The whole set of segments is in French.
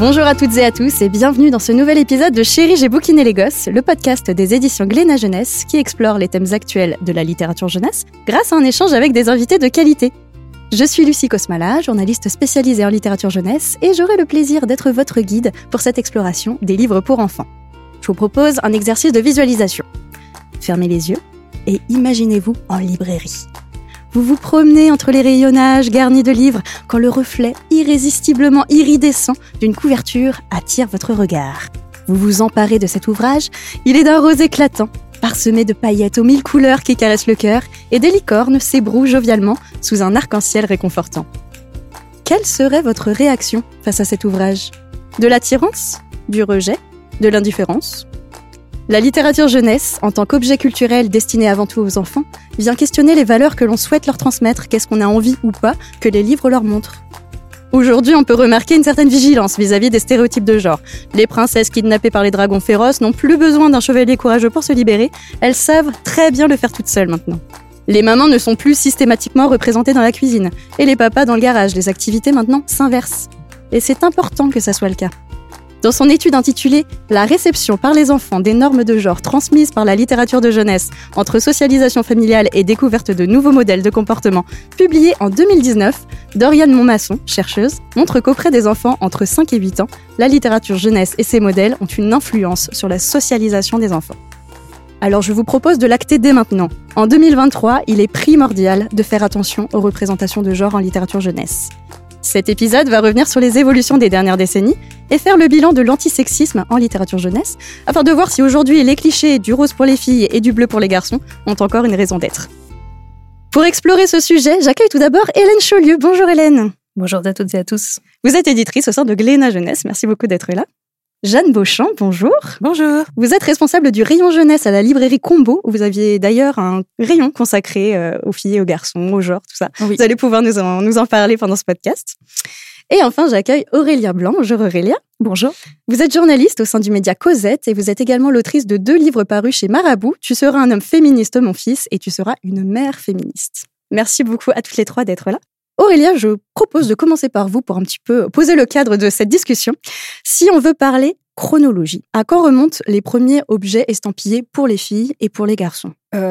Bonjour à toutes et à tous et bienvenue dans ce nouvel épisode de Chérie, j'ai bouquiné les gosses, le podcast des éditions Glénat Jeunesse qui explore les thèmes actuels de la littérature jeunesse grâce à un échange avec des invités de qualité. Je suis Lucie Kosmala, journaliste spécialisée en littérature jeunesse et j'aurai le plaisir d'être votre guide pour cette exploration des livres pour enfants. Je vous propose un exercice de visualisation. Fermez les yeux et imaginez-vous en librairie. Vous vous promenez entre les rayonnages garnis de livres quand le reflet irrésistiblement iridescent d'une couverture attire votre regard. Vous vous emparez de cet ouvrage, il est d'un rose éclatant, parsemé de paillettes aux 1000 couleurs qui caressent le cœur et des licornes s'ébrouent jovialement sous un arc-en-ciel réconfortant. Quelle serait votre réaction face à cet ouvrage ? De l'attirance ? Du rejet ? De l'indifférence ? La littérature jeunesse, en tant qu'objet culturel destiné avant tout aux enfants, vient questionner les valeurs que l'on souhaite leur transmettre, qu'est-ce qu'on a envie ou pas que les livres leur montrent. Aujourd'hui, on peut remarquer une certaine vigilance vis-à-vis des stéréotypes de genre. Les princesses kidnappées par les dragons féroces n'ont plus besoin d'un chevalier courageux pour se libérer, elles savent très bien le faire toutes seules maintenant. Les mamans ne sont plus systématiquement représentées dans la cuisine, et les papas dans le garage, les activités maintenant s'inversent. Et c'est important que ça soit le cas. Dans son étude intitulée « La réception par les enfants des normes de genre transmises par la littérature de jeunesse entre socialisation familiale et découverte de nouveaux modèles de comportement » publiée en 2019, Doriane Montmasson, chercheuse, montre qu'auprès des enfants entre 5 et 8 ans, la littérature jeunesse et ses modèles ont une influence sur la socialisation des enfants. Alors je vous propose de l'acter dès maintenant. En 2023, il est primordial de faire attention aux représentations de genre en littérature jeunesse. Cet épisode va revenir sur les évolutions des dernières décennies et faire le bilan de l'antisexisme en littérature jeunesse, afin de voir si aujourd'hui les clichés du rose pour les filles et du bleu pour les garçons ont encore une raison d'être. Pour explorer ce sujet, j'accueille tout d'abord Hélène Chaulieu. Bonjour Hélène. Bonjour à toutes et à tous. Vous êtes éditrice au sein de Glénat Jeunesse, merci beaucoup d'être là. Jeanne Beauchamp, bonjour. Bonjour. Vous êtes responsable du rayon jeunesse à la librairie Combo. Vous aviez d'ailleurs un rayon consacré aux filles et aux garçons, au genre, tout ça. Oui. Vous allez pouvoir nous en parler pendant ce podcast. Et enfin, j'accueille Aurélia Blanc. Bonjour Aurélia. Bonjour. Vous êtes journaliste au sein du média Cosette et vous êtes également l'autrice de 2 livres parus chez Marabout. Tu seras un homme féministe, mon fils, et tu seras une mère féministe. Merci beaucoup à toutes les 3 d'être là. Aurélia, je propose de commencer par vous pour un petit peu poser le cadre de cette discussion. Si on veut parler chronologie, à quand remontent les premiers objets estampillés pour les filles et pour les garçons ?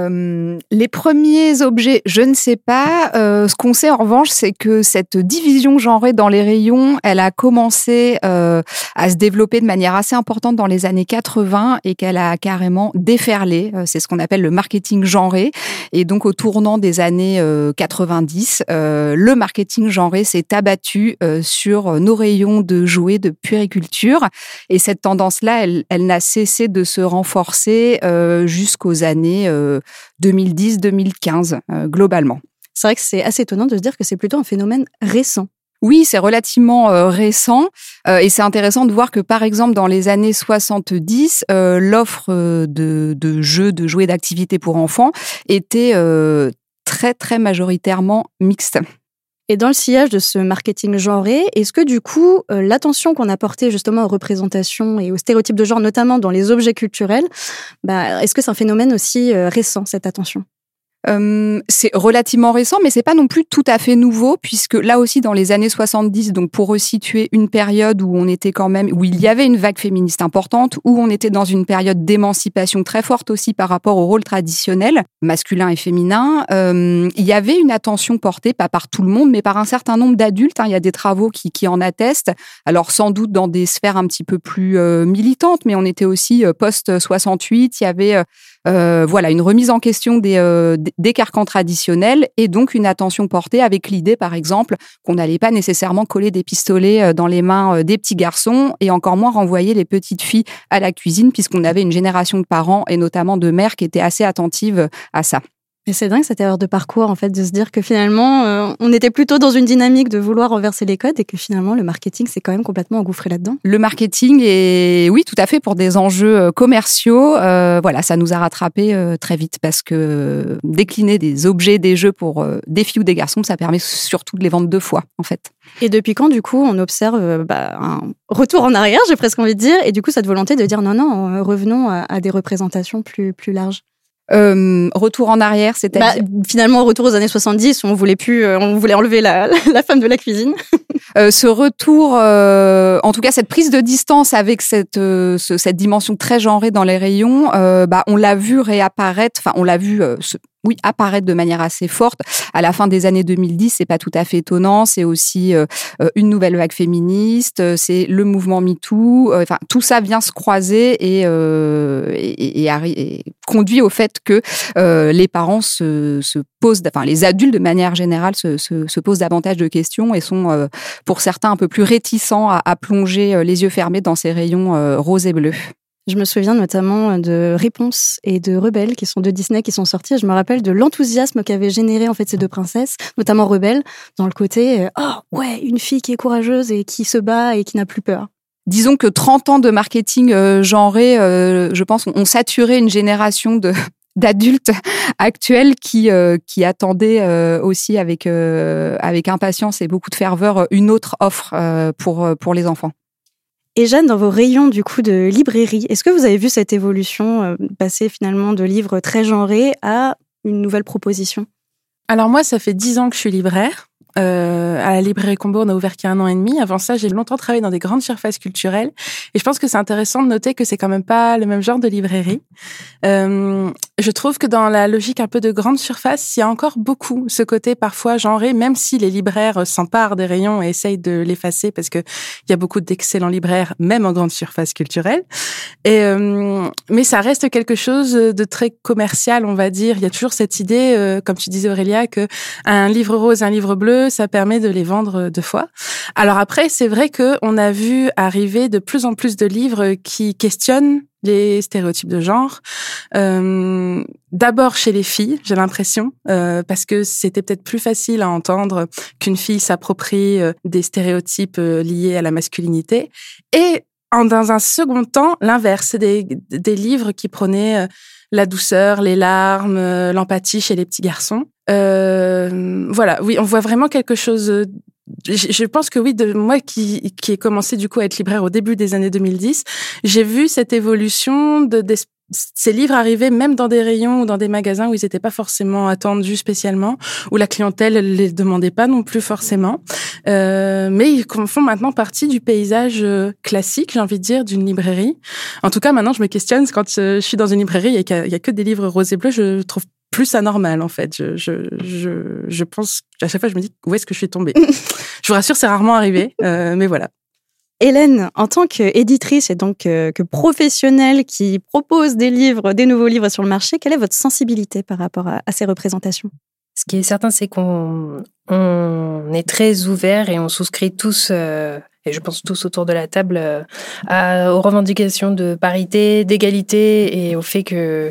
Les premiers objets, je ne sais pas. Ce qu'on sait en revanche, c'est que cette division genrée dans les rayons, elle a commencé à se développer de manière assez importante dans les années 80 et qu'elle a carrément déferlé. C'est ce qu'on appelle le marketing genré. Et donc au tournant des années 90, le marketing genré s'est abattu sur nos rayons de jouets, de puériculture. Et cette tendance-là, elle n'a cessé de se renforcer jusqu'aux années 2010-2015, globalement. C'est vrai que c'est assez étonnant de se dire que c'est plutôt un phénomène récent. Oui, c'est relativement récent et c'est intéressant de voir que, par exemple, dans les années 70, l'offre de jeux, de jouets, d'activités pour enfants était très, très majoritairement mixte. Et dans le sillage de ce marketing genré, est-ce que du coup, l'attention qu'on a portée justement aux représentations et aux stéréotypes de genre, notamment dans les objets culturels, est-ce que c'est un phénomène aussi récent, cette attention ? C'est relativement récent, mais c'est pas non plus tout à fait nouveau, puisque là aussi dans les années 70, donc pour resituer une période où on était quand même, où il y avait une vague féministe importante, où on était dans une période d'émancipation très forte aussi par rapport au rôle traditionnel, masculin et féminin, il y avait une attention portée, pas par tout le monde, mais par un certain nombre d'adultes. Il y a des travaux qui en attestent. Alors sans doute dans des sphères un petit peu plus militantes, mais on était aussi post-68, il y avait une remise en question des carcans traditionnels et donc une attention portée avec l'idée, par exemple, qu'on n'allait pas nécessairement coller des pistolets dans les mains des petits garçons et encore moins renvoyer les petites filles à la cuisine puisqu'on avait une génération de parents et notamment de mères qui étaient assez attentives à ça. Mais c'est dingue cette erreur de parcours, en fait, de se dire que finalement, on était plutôt dans une dynamique de vouloir renverser les codes et que finalement, le marketing s'est quand même complètement engouffré là-dedans. Le marketing est, oui, tout à fait, pour des enjeux commerciaux. Ça nous a rattrapés très vite parce que décliner des objets, des jeux pour des filles ou des garçons, ça permet surtout de les vendre 2 fois, en fait. Et depuis quand, du coup, on observe un retour en arrière, j'ai presque envie de dire, et du coup, cette volonté de dire non, revenons à des représentations plus larges? Retour en arrière, c'est-à-dire finalement retour aux années 70 où on voulait enlever la femme de la cuisine. Ce retour, en tout cas cette prise de distance avec cette dimension très genrée dans les rayons, on l'a vu réapparaître, enfin on l'a vu apparaître de manière assez forte à la fin des années 2010. C'est pas tout à fait étonnant. C'est aussi une nouvelle vague féministe. C'est le mouvement MeToo. Enfin, tout ça vient se croiser et conduit au fait que les parents se posent, enfin les adultes de manière générale se posent davantage de questions et sont pour certains un peu plus réticents à plonger les yeux fermés dans ces rayons roses et bleus. Je me souviens notamment de Réponse et de Rebelle, qui sont de Disney, qui sont sortis. Et je me rappelle de l'enthousiasme qu'avaient généré en fait ces deux princesses, notamment Rebelle, dans le côté une fille qui est courageuse et qui se bat et qui n'a plus peur. Disons que 30 ans de marketing genré, je pense, ont saturé une génération d'adultes actuels qui attendaient aussi avec impatience et beaucoup de ferveur une autre offre pour les enfants. Et Jeanne, dans vos rayons du coup de librairie, est-ce que vous avez vu cette évolution passer finalement de livres très genrés à une nouvelle proposition ? Alors moi, ça fait 10 ans que je suis libraire. À la librairie Combo, on a ouvert qu'il y a 1 an et demi. Avant ça, j'ai longtemps travaillé dans des grandes surfaces culturelles. Et je pense que c'est intéressant de noter que c'est quand même pas le même genre de librairie. Je trouve que dans la logique un peu de grande surface, il y a encore beaucoup ce côté parfois genré, même si les libraires s'emparent des rayons et essayent de l'effacer parce que il y a beaucoup d'excellents libraires, même en grande surface culturelle. Mais ça reste quelque chose de très commercial, on va dire. Il y a toujours cette idée, comme tu disais Aurélia, que un livre rose, un livre bleu, ça permet de les vendre 2 fois. Alors après, c'est vrai que on a vu arriver de plus en plus de livres qui questionnent les stéréotypes de genre. D'abord chez les filles, j'ai l'impression, parce que c'était peut-être plus facile à entendre qu'une fille s'approprie des stéréotypes liés à la masculinité. Et dans un second temps, l'inverse, des livres qui prônaient la douceur, les larmes, l'empathie chez les petits garçons. Voilà, oui, on voit vraiment quelque chose. Je pense que oui, de moi qui ai commencé du coup à être libraire au début des années 2010, j'ai vu cette évolution de ces livres arriver même dans des rayons ou dans des magasins où ils n'étaient pas forcément attendus spécialement, où la clientèle les demandait pas non plus forcément, mais ils font maintenant partie du paysage classique, j'ai envie de dire, d'une librairie. En tout cas, maintenant, je me questionne quand je suis dans une librairie et qu'il y a que des livres roses et bleus, je trouve plus anormal en fait. Je pense à chaque fois, je me dis où est-ce que je suis tombée. Je vous rassure, c'est rarement arrivé, mais voilà. Hélène, en tant qu'éditrice et donc que professionnelle qui propose des nouveaux livres sur le marché, quelle est votre sensibilité par rapport à ces représentations ? Ce qui est certain, c'est qu'on est très ouvert et on souscrit tous, et je pense tous autour de la table, aux revendications de parité, d'égalité et au fait que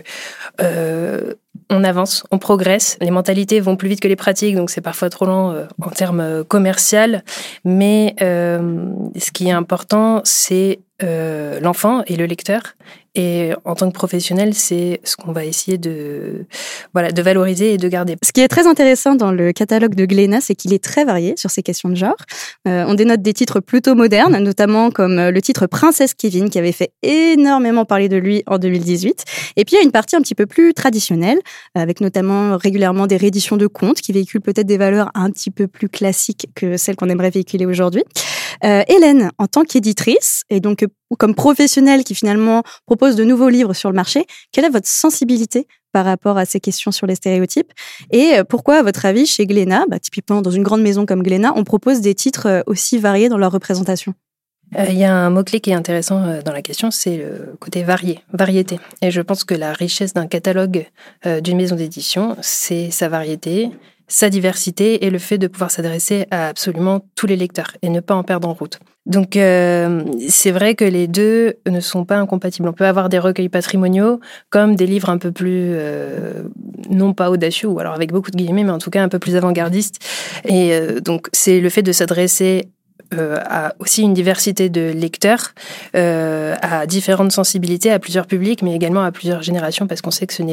on avance, on progresse. Les mentalités vont plus vite que les pratiques, donc c'est parfois trop lent en termes commercial. Mais ce qui est important, c'est l'enfant et le lecteur. Et en tant que professionnel, c'est ce qu'on va essayer de valoriser et de garder. Ce qui est très intéressant dans le catalogue de Glénat, c'est qu'il est très varié sur ces questions de genre. On dénote des titres plutôt modernes, notamment comme le titre Princesse Kevin, qui avait fait énormément parler de lui en 2018. Et puis il y a une partie un petit peu plus traditionnelle, avec notamment régulièrement des rééditions de contes qui véhiculent peut-être des valeurs un petit peu plus classiques que celles qu'on aimerait véhiculer aujourd'hui. Hélène, en tant qu'éditrice, et donc comme professionnelle qui finalement propose de nouveaux livres sur le marché, quelle est votre sensibilité par rapport à ces questions sur les stéréotypes ? Et pourquoi, à votre avis, chez Glénat, typiquement dans une grande maison comme Glénat, on propose des titres aussi variés dans leur représentation ? Il y a un mot-clé qui est intéressant dans la question, c'est le côté variété. Et je pense que la richesse d'un catalogue d'une maison d'édition, c'est sa variété, sa diversité et le fait de pouvoir s'adresser à absolument tous les lecteurs et ne pas en perdre en route. Donc c'est vrai que les deux ne sont pas incompatibles. On peut avoir des recueils patrimoniaux comme des livres un peu plus non pas audacieux ou alors avec beaucoup de guillemets, mais en tout cas un peu plus avant-gardistes. Et donc c'est le fait de s'adresser à aussi une diversité de lecteurs, à différentes sensibilités, à plusieurs publics, mais également à plusieurs générations, parce qu'on sait que ce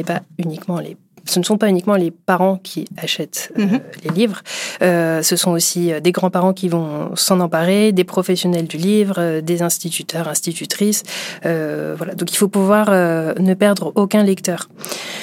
ne sont pas uniquement les parents qui achètent les livres, ce sont aussi des grands-parents qui vont s'en emparer, des professionnels du livre, des instituteurs, institutrices. Voilà. Donc il faut pouvoir ne perdre aucun lecteur.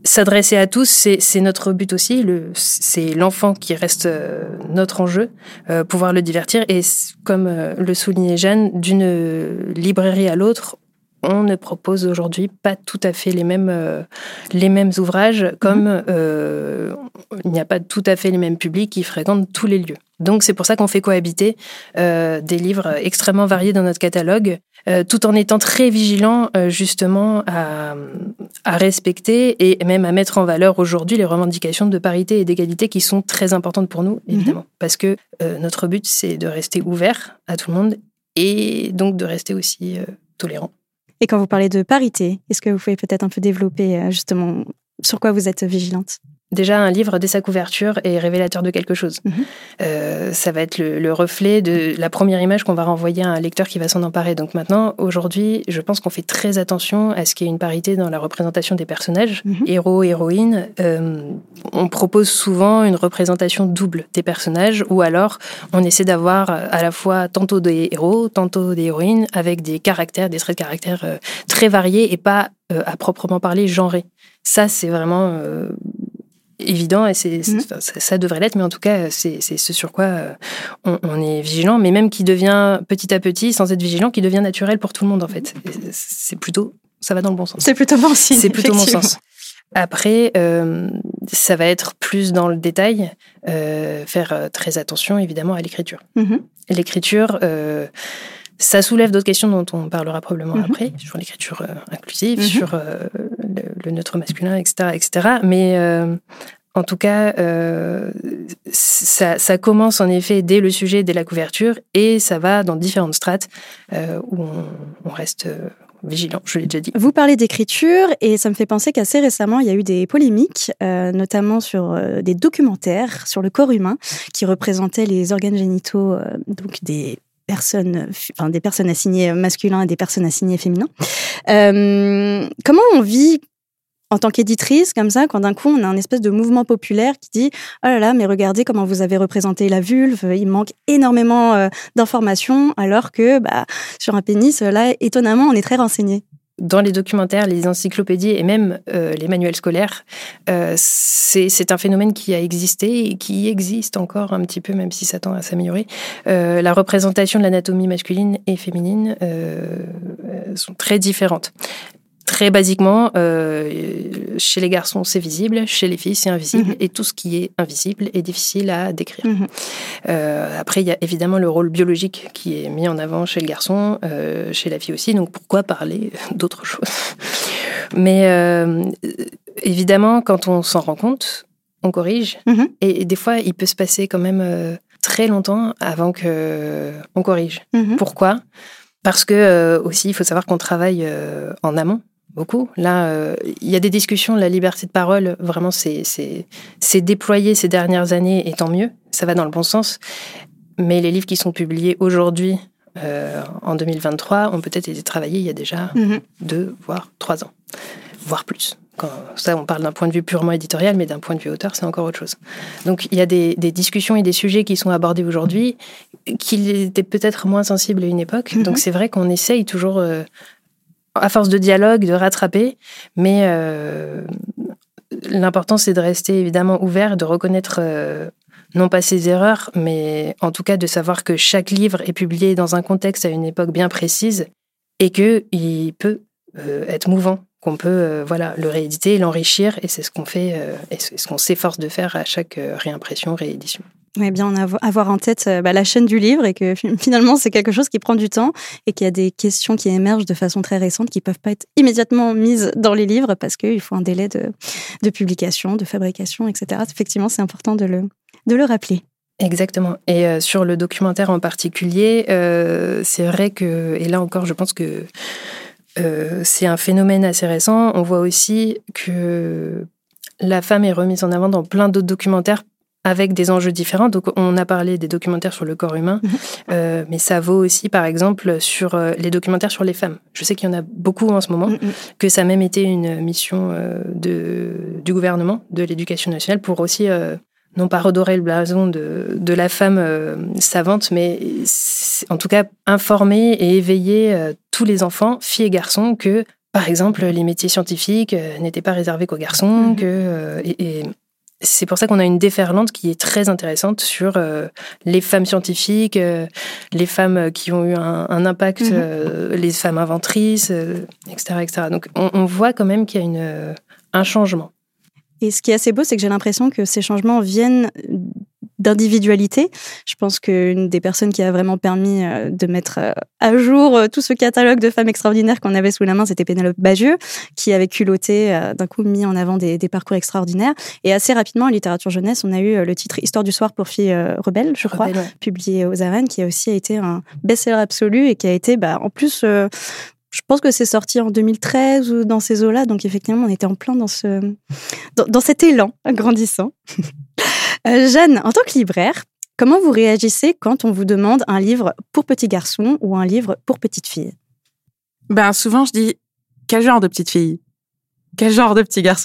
s'adresser à tous, c'est notre but aussi. C'est l'enfant qui reste notre enjeu, pouvoir le divertir. Et comme le soulignait Jeanne, d'une librairie à l'autre, on ne propose aujourd'hui pas tout à fait les mêmes ouvrages, comme il n'y a pas tout à fait les mêmes publics qui fréquentent tous les lieux. Donc c'est pour ça qu'on fait cohabiter des livres extrêmement variés dans notre catalogue, tout en étant très vigilant justement à respecter et même à mettre en valeur aujourd'hui les revendications de parité et d'égalité qui sont très importantes pour nous, évidemment. Parce que notre but, c'est de rester ouvert à tout le monde et donc de rester aussi tolérant. Et quand vous parlez de parité, est-ce que vous pouvez peut-être un peu développer justement sur quoi vous êtes vigilante ? Déjà, un livre, dès sa couverture, est révélateur de quelque chose. Ça va être le reflet de la première image qu'on va renvoyer à un lecteur qui va s'en emparer. Donc maintenant, aujourd'hui, je pense qu'on fait très attention à ce qu'il y ait une parité dans la représentation des personnages, héros, héroïnes. On propose souvent une représentation double des personnages, ou alors on essaie d'avoir à la fois tantôt des héros, tantôt des héroïnes, avec des caractères, des traits de caractère très variés et pas à proprement parler genrés. Ça, c'est vraiment... évident et ça devrait l'être, mais en tout cas c'est ce sur quoi on est vigilant, mais même qui devient petit à petit, sans être vigilant, qui devient naturel pour tout le monde en fait. C'est plutôt, ça va dans le bon sens. C'est plutôt bon signe. C'est plutôt bon sens. Après, ça va être plus dans le détail, faire très attention évidemment à l'écriture. L'écriture, ça soulève d'autres questions dont on parlera probablement après, sur l'écriture inclusive, sur le neutre masculin, etc. Mais en tout cas, ça commence en effet dès le sujet, dès la couverture, et ça va dans différentes strates où on reste vigilant, je l'ai déjà dit. Vous parlez d'écriture et ça me fait penser qu'assez récemment, il y a eu des polémiques, notamment sur des documentaires sur le corps humain qui représentaient les organes génitaux donc des personnes assignées masculins et des personnes assignées féminins. Comment on vit en tant qu'éditrice, comme ça, quand d'un coup, on a un espèce de mouvement populaire qui dit « Oh là là, mais regardez comment vous avez représenté la vulve, il manque énormément d'informations, alors que sur un pénis, là, étonnamment, on est très renseigné. » Dans les documentaires, les encyclopédies et même les manuels scolaires, c'est un phénomène qui a existé et qui existe encore un petit peu, même si ça tend à s'améliorer. La représentation de l'anatomie masculine et féminine sont très différentes. Très basiquement, chez les garçons, c'est visible, chez les filles, c'est invisible, et tout ce qui est invisible est difficile à décrire. Après, il y a évidemment le rôle biologique qui est mis en avant chez le garçon, chez la fille aussi, donc pourquoi parler d'autre chose ? Mais évidemment, quand on s'en rend compte, on corrige, et des fois, il peut se passer quand même très longtemps avant qu'on corrige. Pourquoi ? Parce que aussi, il faut savoir qu'on travaille en amont. Beaucoup. Là, il y a des discussions, la liberté de parole, vraiment, c'est déployé ces dernières années, et tant mieux, ça va dans le bon sens. Mais les livres qui sont publiés aujourd'hui, en 2023, ont peut-être été travaillés il y a déjà 2, voire 3 ans, voire plus. Ça, on parle d'un point de vue purement éditorial, mais d'un point de vue auteur, c'est encore autre chose. Donc, il y a des discussions et des sujets qui sont abordés aujourd'hui, qui étaient peut-être moins sensibles à une époque. Donc, c'est vrai qu'on essaye toujours... à force de dialogue, de rattraper, mais l'important, c'est de rester évidemment ouvert, de reconnaître non pas ses erreurs, mais en tout cas de savoir que chaque livre est publié dans un contexte à une époque bien précise et qu'il peut être mouvant, qu'on peut le rééditer, l'enrichir, et c'est ce qu'on fait, et c'est ce qu'on s'efforce de faire à chaque réimpression, réédition. Oui, bien avoir en tête la chaîne du livre, et que finalement c'est quelque chose qui prend du temps et qu'il y a des questions qui émergent de façon très récente qui peuvent pas être immédiatement mises dans les livres parce qu'il faut un délai de publication, de fabrication, etc. Effectivement, c'est important de le rappeler. Exactement. Et sur le documentaire en particulier, c'est vrai que, et là encore, je pense que c'est un phénomène assez récent. On voit aussi que la femme est remise en avant dans plein d'autres documentaires avec des enjeux différents. Donc, on a parlé des documentaires sur le corps humain, mais ça vaut aussi, par exemple, sur les documentaires sur les femmes. Je sais qu'il y en a beaucoup en ce moment, que ça a même été une mission du gouvernement, de l'Éducation nationale, pour aussi, non pas redorer le blason de la femme savante, mais en tout cas informer et éveiller tous les enfants, filles et garçons, que par exemple, les métiers scientifiques n'étaient pas réservés qu'aux garçons, et c'est pour ça qu'on a une déferlante qui est très intéressante sur les femmes scientifiques, les femmes qui ont eu un impact, les femmes inventrices, etc., etc. Donc, on voit quand même qu'il y a un changement. Et ce qui est assez beau, c'est que j'ai l'impression que ces changements viennent d'individualité. Je pense qu'une des personnes qui a vraiment permis de mettre à jour tout ce catalogue de femmes extraordinaires qu'on avait sous la main, c'était Pénélope Bagieux, qui avait culotté, d'un coup mis en avant des parcours extraordinaires. Et assez rapidement, en littérature jeunesse, on a eu le titre Histoire du soir pour filles rebelles, je crois, publié aux Arènes, qui a aussi été un best-seller absolu et qui a été, en plus... je pense que c'est sorti en 2013 ou dans ces eaux-là. Donc, effectivement, on était en plein dans cet élan grandissant. Jeanne, en tant que libraire, comment vous réagissez quand on vous demande un livre pour petit garçon ou un livre pour petite fille ? Souvent, je dis, quel genre de petite fille ? Quel genre de petit garçon ?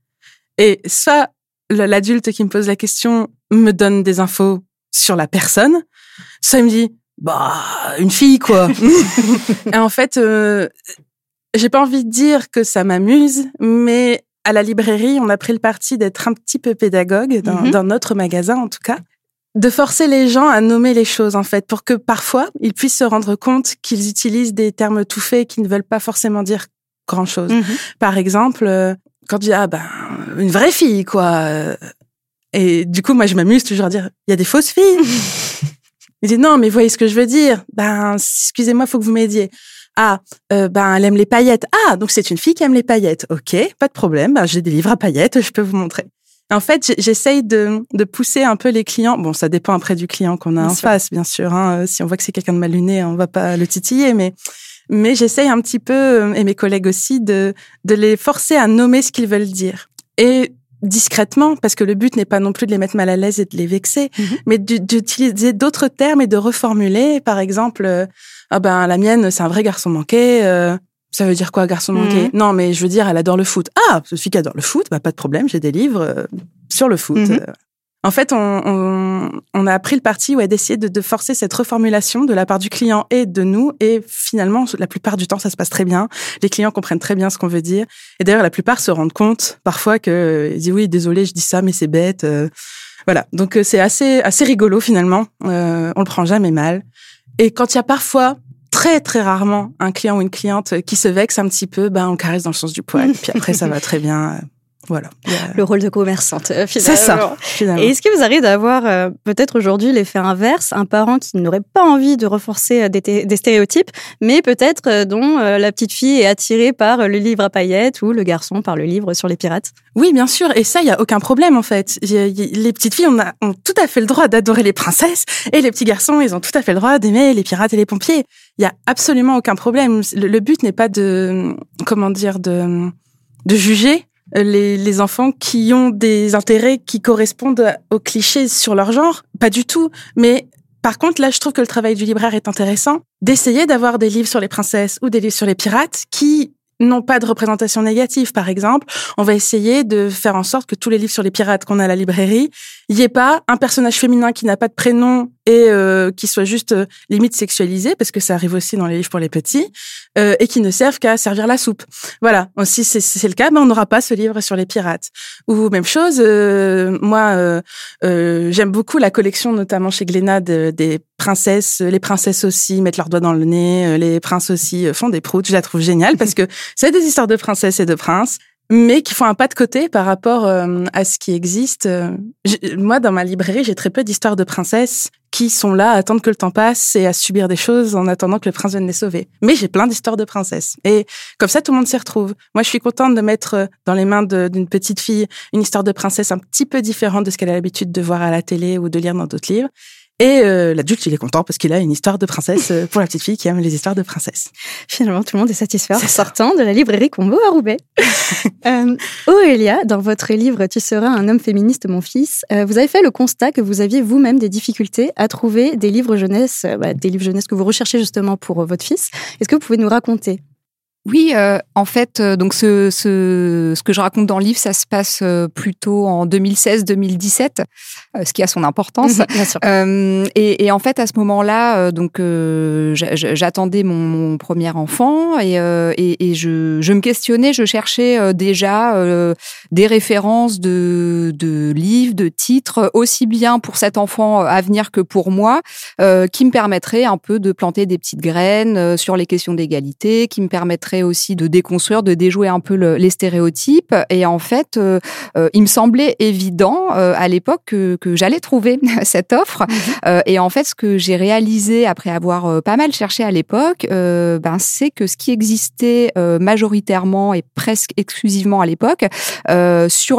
Et soit l'adulte qui me pose la question me donne des infos sur la personne, soit il me dit, une fille, quoi. Et en fait, j'ai pas envie de dire que ça m'amuse, mais à la librairie, on a pris le parti d'être un petit peu pédagogue, dans notre magasin en tout cas, de forcer les gens à nommer les choses, en fait, pour que parfois, ils puissent se rendre compte qu'ils utilisent des termes tout faits qui ne veulent pas forcément dire grand-chose. Par exemple, quand je dis, une vraie fille, quoi. Et du coup, moi, je m'amuse toujours à dire, il y a des fausses filles. Il dit, non, mais vous voyez ce que je veux dire. Excusez-moi, faut que vous m'aidiez. Elle aime les paillettes. Donc c'est une fille qui aime les paillettes. Ok, pas de problème. J'ai des livres à paillettes, je peux vous montrer. En fait, j'essaye de pousser un peu les clients. Bon, ça dépend après du client qu'on a en face, bien sûr. Si on voit que c'est quelqu'un de mal luné, on va pas le titiller, mais j'essaye un petit peu, et mes collègues aussi, de les forcer à nommer ce qu'ils veulent dire. Et discrètement, parce que le but n'est pas non plus de les mettre mal à l'aise et de les vexer, mais d'utiliser d'autres termes et de reformuler. Par exemple, la mienne, c'est un vrai garçon manqué. Ça veut dire quoi, garçon manqué ? Non, mais je veux dire, elle adore le foot. Ce fille qui adore le foot, pas de problème, j'ai des livres sur le foot. En fait, on a pris le parti d'essayer de forcer cette reformulation de la part du client et de nous. Et finalement, la plupart du temps, ça se passe très bien. Les clients comprennent très bien ce qu'on veut dire. Et d'ailleurs, la plupart se rendent compte parfois qu'ils disent « Oui, désolé, je dis ça, mais c'est bête. » Voilà. Donc, c'est assez rigolo finalement. On le prend jamais mal. Et quand il y a parfois, très très rarement, un client ou une cliente qui se vexe un petit peu, on caresse dans le sens du poil. Puis après, ça va très bien. Voilà. Le rôle de commerçante, finalement. C'est ça, finalement. Et est-ce que vous arrivez d'avoir peut-être aujourd'hui l'effet inverse, un parent qui n'aurait pas envie de renforcer des stéréotypes, mais peut-être dont la petite fille est attirée par le livre à paillettes ou le garçon par le livre sur les pirates ? Oui, bien sûr. Et ça, il y a aucun problème, en fait. Les petites filles ont tout à fait le droit d'adorer les princesses, et les petits garçons, ils ont tout à fait le droit d'aimer les pirates et les pompiers. Il y a absolument aucun problème. Le but n'est pas de juger les enfants qui ont des intérêts qui correspondent aux clichés sur leur genre. Pas du tout. Mais par contre, là, je trouve que le travail du libraire est intéressant, d'essayer d'avoir des livres sur les princesses ou des livres sur les pirates qui n'ont pas de représentation négative. Par exemple, on va essayer de faire en sorte que tous les livres sur les pirates qu'on a à la librairie, il n'y ait pas un personnage féminin qui n'a pas de prénom et qui soit juste limite sexualisé, parce que ça arrive aussi dans les livres pour les petits, et qui ne servent qu'à servir la soupe. Voilà. Si c'est le cas, on n'aura pas ce livre sur les pirates. Ou même chose, moi, j'aime beaucoup la collection, notamment chez Glénat, des princesses. Les princesses aussi mettent leurs doigts dans le nez, les princes aussi font des proutes. Je la trouve géniale parce que c'est des histoires de princesses et de princes, mais qui font un pas de côté par rapport à ce qui existe. Moi, dans ma librairie, j'ai très peu d'histoires de princesses qui sont là à attendre que le temps passe et à subir des choses en attendant que le prince vienne les sauver. Mais j'ai plein d'histoires de princesses. Et comme ça, tout le monde s'y retrouve. Moi, je suis contente de mettre dans les mains d'une petite fille une histoire de princesse un petit peu différente de ce qu'elle a l'habitude de voir à la télé ou de lire dans d'autres livres. Et l'adulte, il est content parce qu'il a une histoire de princesse pour la petite fille qui aime les histoires de princesse. Finalement, tout le monde est satisfait en sortant de la librairie Combo à Roubaix. Aurélia, dans votre livre « Tu seras un homme féministe, mon fils », vous avez fait le constat que vous aviez vous-même des difficultés à trouver des livres jeunesse que vous recherchez justement pour votre fils. Est-ce que vous pouvez nous raconter ? Oui, en fait, donc ce que je raconte dans le livre, ça se passe plutôt en 2016-2017, ce qui a son importance. Bien sûr. Et en fait, à ce moment-là, donc j'attendais mon premier enfant et je me questionnais, je cherchais déjà des références de livres, de titres, aussi bien pour cet enfant à venir que pour moi, qui me permettraient un peu de planter des petites graines sur les questions d'égalité, qui me permettraient aussi de déconstruire, de déjouer un peu les stéréotypes. Et en fait, il me semblait évident à l'époque que j'allais trouver cette offre. Et en fait, ce que j'ai réalisé après avoir pas mal cherché à l'époque, c'est que ce qui existait majoritairement et presque exclusivement à l'époque, sur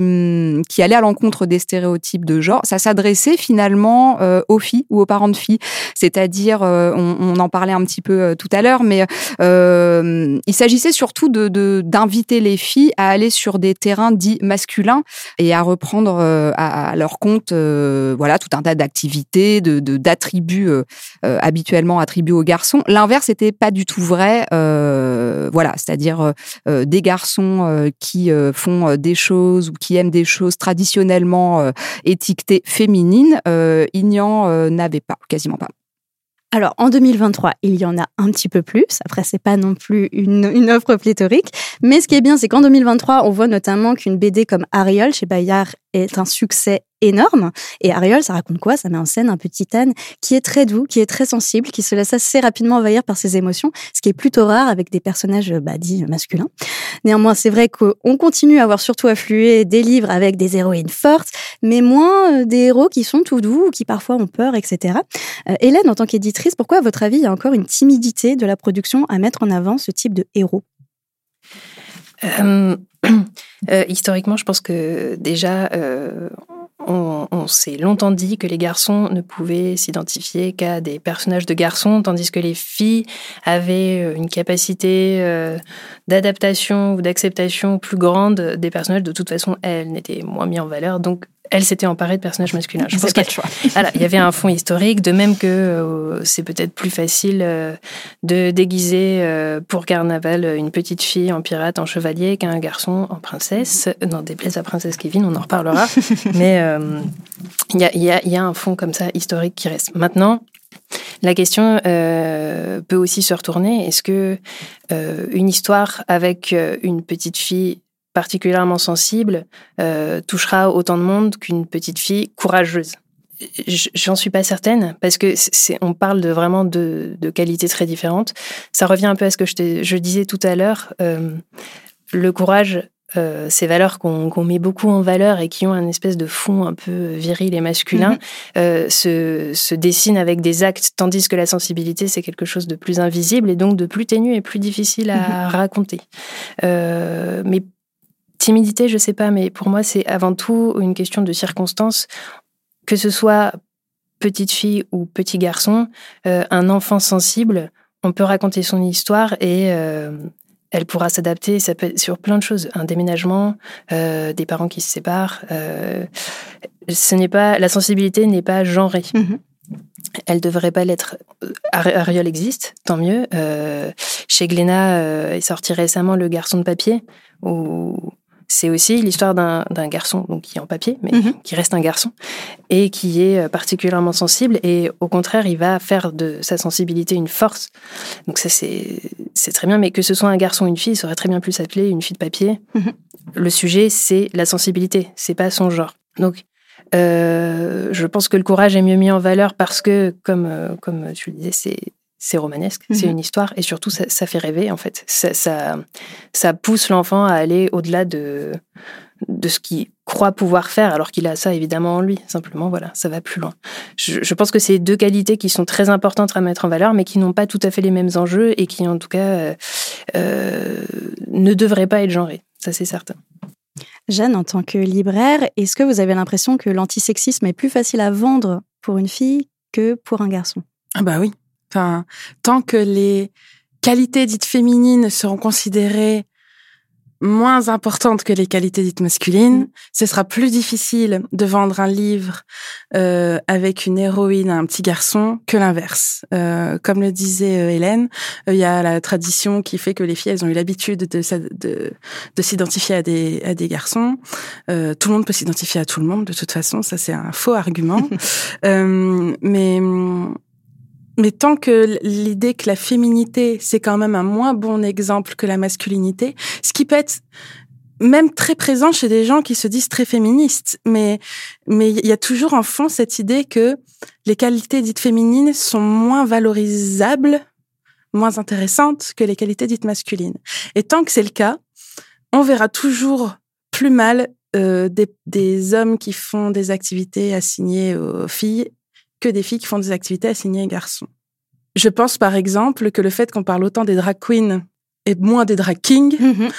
qui allait à l'encontre des stéréotypes de genre, ça s'adressait finalement aux filles ou aux parents de filles. C'est-à-dire, on en parlait un petit peu tout à l'heure, mais il s'agissait surtout d'inviter les filles à aller sur des terrains dits masculins et à reprendre à leur compte tout un tas d'activités, d'attributs habituellement attribués aux garçons. L'inverse n'était pas du tout vrai. C'est-à-dire des garçons qui font des choses ou qui aiment des choses traditionnellement étiquetées féminines, il n'y en avait pas, quasiment pas. Alors, en 2023, il y en a un petit peu plus. Après, c'est pas non plus une offre pléthorique. Mais ce qui est bien, c'est qu'en 2023, on voit notamment qu'une BD comme Ariol, chez Bayard, est un succès énorme. Et Ariol, ça raconte quoi? Ça met en scène un petit âne qui est très doux, qui est très sensible, qui se laisse assez rapidement envahir par ses émotions, ce qui est plutôt rare avec des personnages dits masculins. Néanmoins, c'est vrai qu'on continue à avoir surtout afflué des livres avec des héroïnes fortes, mais moins des héros qui sont tout doux, qui parfois ont peur, etc. Hélène, en tant qu'éditrice, pourquoi, à votre avis, il y a encore une timidité de la production à mettre en avant ce type de héros? Historiquement, je pense que déjà, on s'est longtemps dit que les garçons ne pouvaient s'identifier qu'à des personnages de garçons, tandis que les filles avaient une capacité d'adaptation ou d'acceptation plus grande des personnages. De toute façon, elles n'étaient moins mises en valeur, donc elle s'était emparée de personnages masculins. Je pense pas le choix. Voilà, il y avait un fond historique, de même que c'est peut-être plus facile de déguiser pour carnaval une petite fille en pirate, en chevalier, qu'un garçon en princesse. Non, déplaise à Princesse Kevin, on en reparlera. Mais il y a un fond comme ça historique qui reste. Maintenant, la question peut aussi se retourner. Est-ce que une histoire avec une petite fille particulièrement sensible touchera autant de monde qu'une petite fille courageuse? J'en suis pas certaine, parce que on parle vraiment de qualités très différentes. Ça revient un peu à ce que je disais tout à l'heure. Le courage, ces valeurs qu'on met beaucoup en valeur et qui ont un espèce de fond un peu viril et masculin, se dessinent avec des actes, tandis que la sensibilité, c'est quelque chose de plus invisible et donc de plus ténu et plus difficile à raconter. Mais timidité, je sais pas, mais pour moi, c'est avant tout une question de circonstance. Que ce soit petite fille ou petit garçon, un enfant sensible, on peut raconter son histoire et elle pourra s'adapter. Ça peut être sur plein de choses. Un déménagement, des parents qui se séparent. La sensibilité n'est pas genrée. Elle devrait pas l'être. Ariol existe, tant mieux. Chez Glénat est sorti récemment Le Garçon de papier, où c'est aussi l'histoire d'un garçon donc qui est en papier, mais qui reste un garçon, et qui est particulièrement sensible, et au contraire, il va faire de sa sensibilité une force. Donc ça, c'est très bien, mais que ce soit un garçon ou une fille, ça aurait très bien pu s'appeler Une fille de papier. Le sujet, c'est la sensibilité, c'est pas son genre. Donc, je pense que le courage est mieux mis en valeur parce que, comme tu le disais, c'est romanesque, c'est une histoire, et surtout ça fait rêver en fait. Ça pousse l'enfant à aller au-delà de ce qu'il croit pouvoir faire, alors qu'il a ça évidemment en lui. Simplement, voilà, ça va plus loin. Je pense que c'est deux qualités qui sont très importantes à mettre en valeur, mais qui n'ont pas tout à fait les mêmes enjeux et qui en tout cas ne devraient pas être genrées. Ça, c'est certain. Jeanne, en tant que libraire, est-ce que vous avez l'impression que l'antisexisme est plus facile à vendre pour une fille que pour un garçon? Ah bah oui. Enfin, tant que les qualités dites féminines seront considérées moins importantes que les qualités dites masculines. Ce sera plus difficile de vendre un livre avec une héroïne à un petit garçon que l'inverse. Comme le disait Hélène, il y a la tradition qui fait que les filles, elles ont eu l'habitude de s'identifier à des garçons. Tout le monde peut s'identifier à tout le monde, de toute façon, ça c'est un faux argument. Mais tant que l'idée que la féminité, c'est quand même un moins bon exemple que la masculinité, ce qui peut être même très présent chez des gens qui se disent très féministes, mais il y a toujours en fond cette idée que les qualités dites féminines sont moins valorisables, moins intéressantes que les qualités dites masculines. Et tant que c'est le cas, on verra toujours plus mal des hommes qui font des activités assignées aux filles que des filles qui font des activités assignées aux garçons. Je pense par exemple que le fait qu'on parle autant des drag queens et moins des drag kings,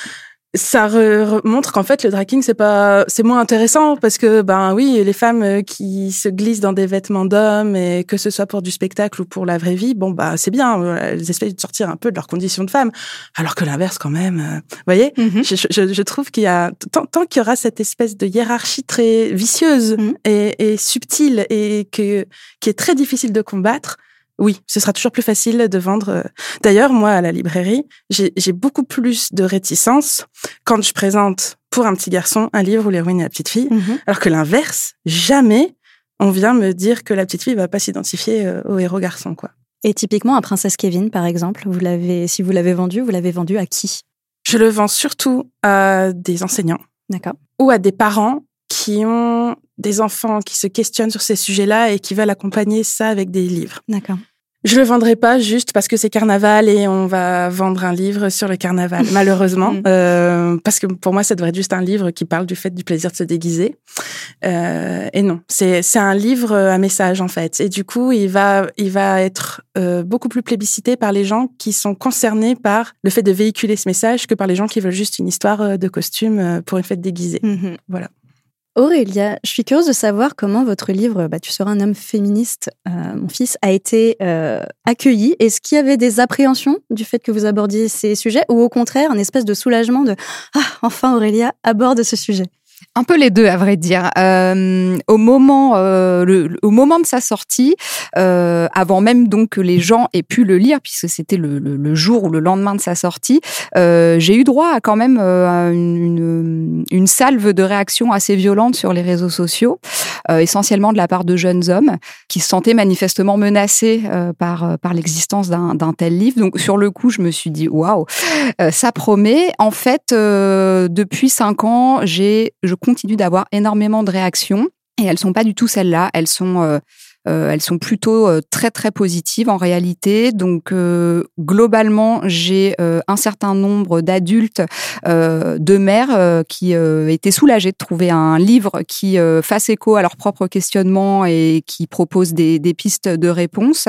ça montre qu'en fait le drag king c'est moins intéressant parce que oui, les femmes qui se glissent dans des vêtements d'hommes et que ce soit pour du spectacle ou pour la vraie vie, c'est bien, elles essayent de sortir un peu de leurs conditions de femmes, alors que l'inverse quand même, vous voyez, je trouve qu'il y a tant qu'il y aura cette espèce de hiérarchie très vicieuse et subtile et qui est très difficile de combattre. Oui, ce sera toujours plus facile de vendre. D'ailleurs, moi, à la librairie, j'ai beaucoup plus de réticence quand je présente pour un petit garçon un livre où l'héroïne est la petite fille, alors que l'inverse, jamais on vient me dire que la petite fille va pas s'identifier au héros garçon, quoi. Et typiquement, un Princesse Kévin, par exemple, si vous l'avez vendu à qui ? Je le vends surtout à des enseignants. D'accord. Ou à des parents qui ont des enfants qui se questionnent sur ces sujets-là et qui veulent accompagner ça avec des livres. D'accord. Je le vendrai pas juste parce que c'est carnaval et on va vendre un livre sur le carnaval, malheureusement. Parce que pour moi, ça devrait être juste un livre qui parle du fait du plaisir de se déguiser. Et non, c'est un livre à message, en fait. Et du coup, il va être beaucoup plus plébiscité par les gens qui sont concernés par le fait de véhiculer ce message que par les gens qui veulent juste une histoire de costume pour une fête déguisée. Voilà. Aurélia, je suis curieuse de savoir comment votre livre « Tu seras un homme féministe, mon fils » a été accueilli. Est-ce qu'il y avait des appréhensions du fait que vous abordiez ces sujets ou au contraire, un espèce de soulagement de « Ah, enfin Aurélia aborde ce sujet ». Un peu les deux, à vrai dire. Au moment de sa sortie, avant même donc que les gens aient pu le lire, puisque c'était le jour ou le lendemain de sa sortie, j'ai eu droit à quand même une salve de réactions assez violentes sur les réseaux sociaux, essentiellement de la part de jeunes hommes qui se sentaient manifestement menacés par l'existence d'un tel livre. Donc sur le coup, je me suis dit waouh, ça promet. En fait, depuis 5 ans, je continue d'avoir énormément de réactions et elles sont pas du tout celles-là. Elles sont plutôt très très positives en réalité. Donc globalement, j'ai un certain nombre d'adultes, de mères qui étaient soulagées de trouver un livre qui fasse écho à leurs propres questionnements et qui propose des pistes de réponse.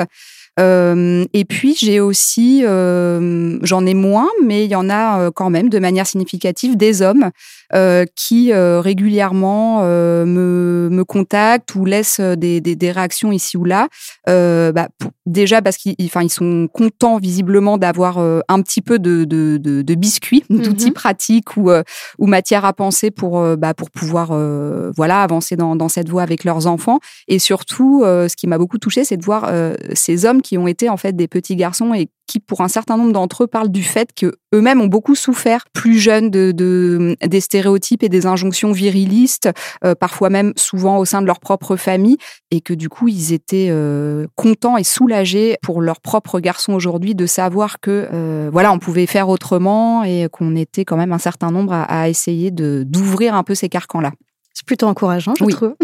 Et puis j'ai aussi, j'en ai moins, mais il y en a quand même de manière significative des hommes qui régulièrement me contactent ou laissent des réactions ici ou là. Déjà parce qu'ils sont contents visiblement d'avoir un petit peu de biscuits, d'outils pratiques ou matière à penser pour pouvoir avancer dans cette voie avec leurs enfants. Et surtout, ce qui m'a beaucoup touchée, c'est de voir ces hommes qui ont été en fait des petits garçons et qui, pour un certain nombre d'entre eux, parlent du fait que eux-mêmes ont beaucoup souffert plus jeunes des stéréotypes et des injonctions virilistes, parfois même souvent au sein de leur propre famille, et que du coup ils étaient contents et soulagés pour leurs propres garçons aujourd'hui de savoir que on pouvait faire autrement et qu'on était quand même un certain nombre à essayer d'ouvrir un peu ces carcans-là. C'est plutôt encourageant, je trouve.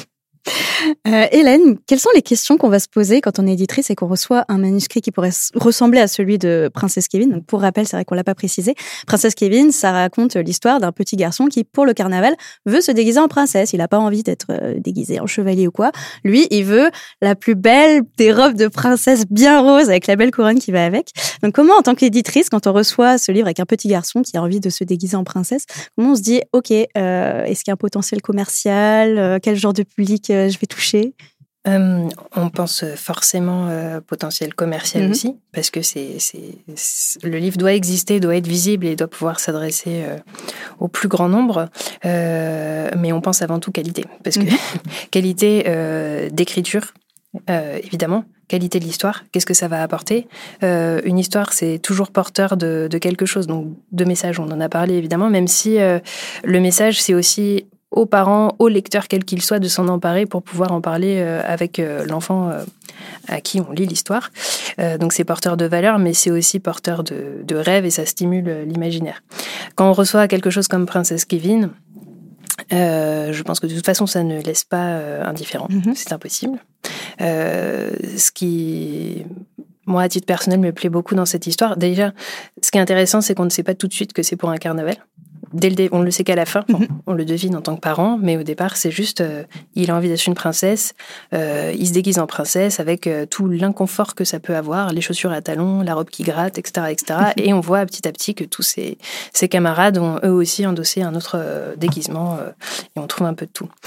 Hélène, quelles sont les questions qu'on va se poser quand on est éditrice et qu'on reçoit un manuscrit qui pourrait ressembler à celui de Princesse Kévin? Donc, pour rappel, c'est vrai qu'on l'a pas précisé. Princesse Kévin, ça raconte l'histoire d'un petit garçon qui, pour le carnaval, veut se déguiser en princesse. Il a pas envie d'être déguisé en chevalier ou quoi. Lui, il veut la plus belle des robes de princesse bien rose avec la belle couronne qui va avec. Donc, comment, en tant qu'éditrice, quand on reçoit ce livre avec un petit garçon qui a envie de se déguiser en princesse, comment on se dit, OK, est-ce qu'il y a un potentiel commercial? Quel genre de public je vais toucher? On pense forcément potentiel commercial aussi, parce que le livre doit exister, doit être visible et doit pouvoir s'adresser au plus grand nombre. Mais on pense avant tout qualité, parce que qualité d'écriture, évidemment, qualité de l'histoire, qu'est-ce que ça va apporter. Une histoire, c'est toujours porteur de quelque chose, donc de messages, on en a parlé évidemment, même si le message, c'est aussi aux parents, aux lecteurs, quel qu'il soit, de s'en emparer pour pouvoir en parler avec l'enfant à qui on lit l'histoire. Donc c'est porteur de valeurs, mais c'est aussi porteur de rêves et ça stimule l'imaginaire. Quand on reçoit quelque chose comme Princesse Kevin, je pense que de toute façon, ça ne laisse pas indifférent. C'est impossible. Ce qui, moi, à titre personnel, me plaît beaucoup dans cette histoire. Déjà, ce qui est intéressant, c'est qu'on ne sait pas tout de suite que c'est pour un carnaval. On le sait qu'à la fin, on le devine en tant que parent, mais au départ, c'est juste, il a envie d'être une princesse, il se déguise en princesse avec tout l'inconfort que ça peut avoir, les chaussures à talons, la robe qui gratte, etc., etc. Et on voit petit à petit que tous ses camarades ont eux aussi endossé un autre déguisement, et on trouve un peu de tout.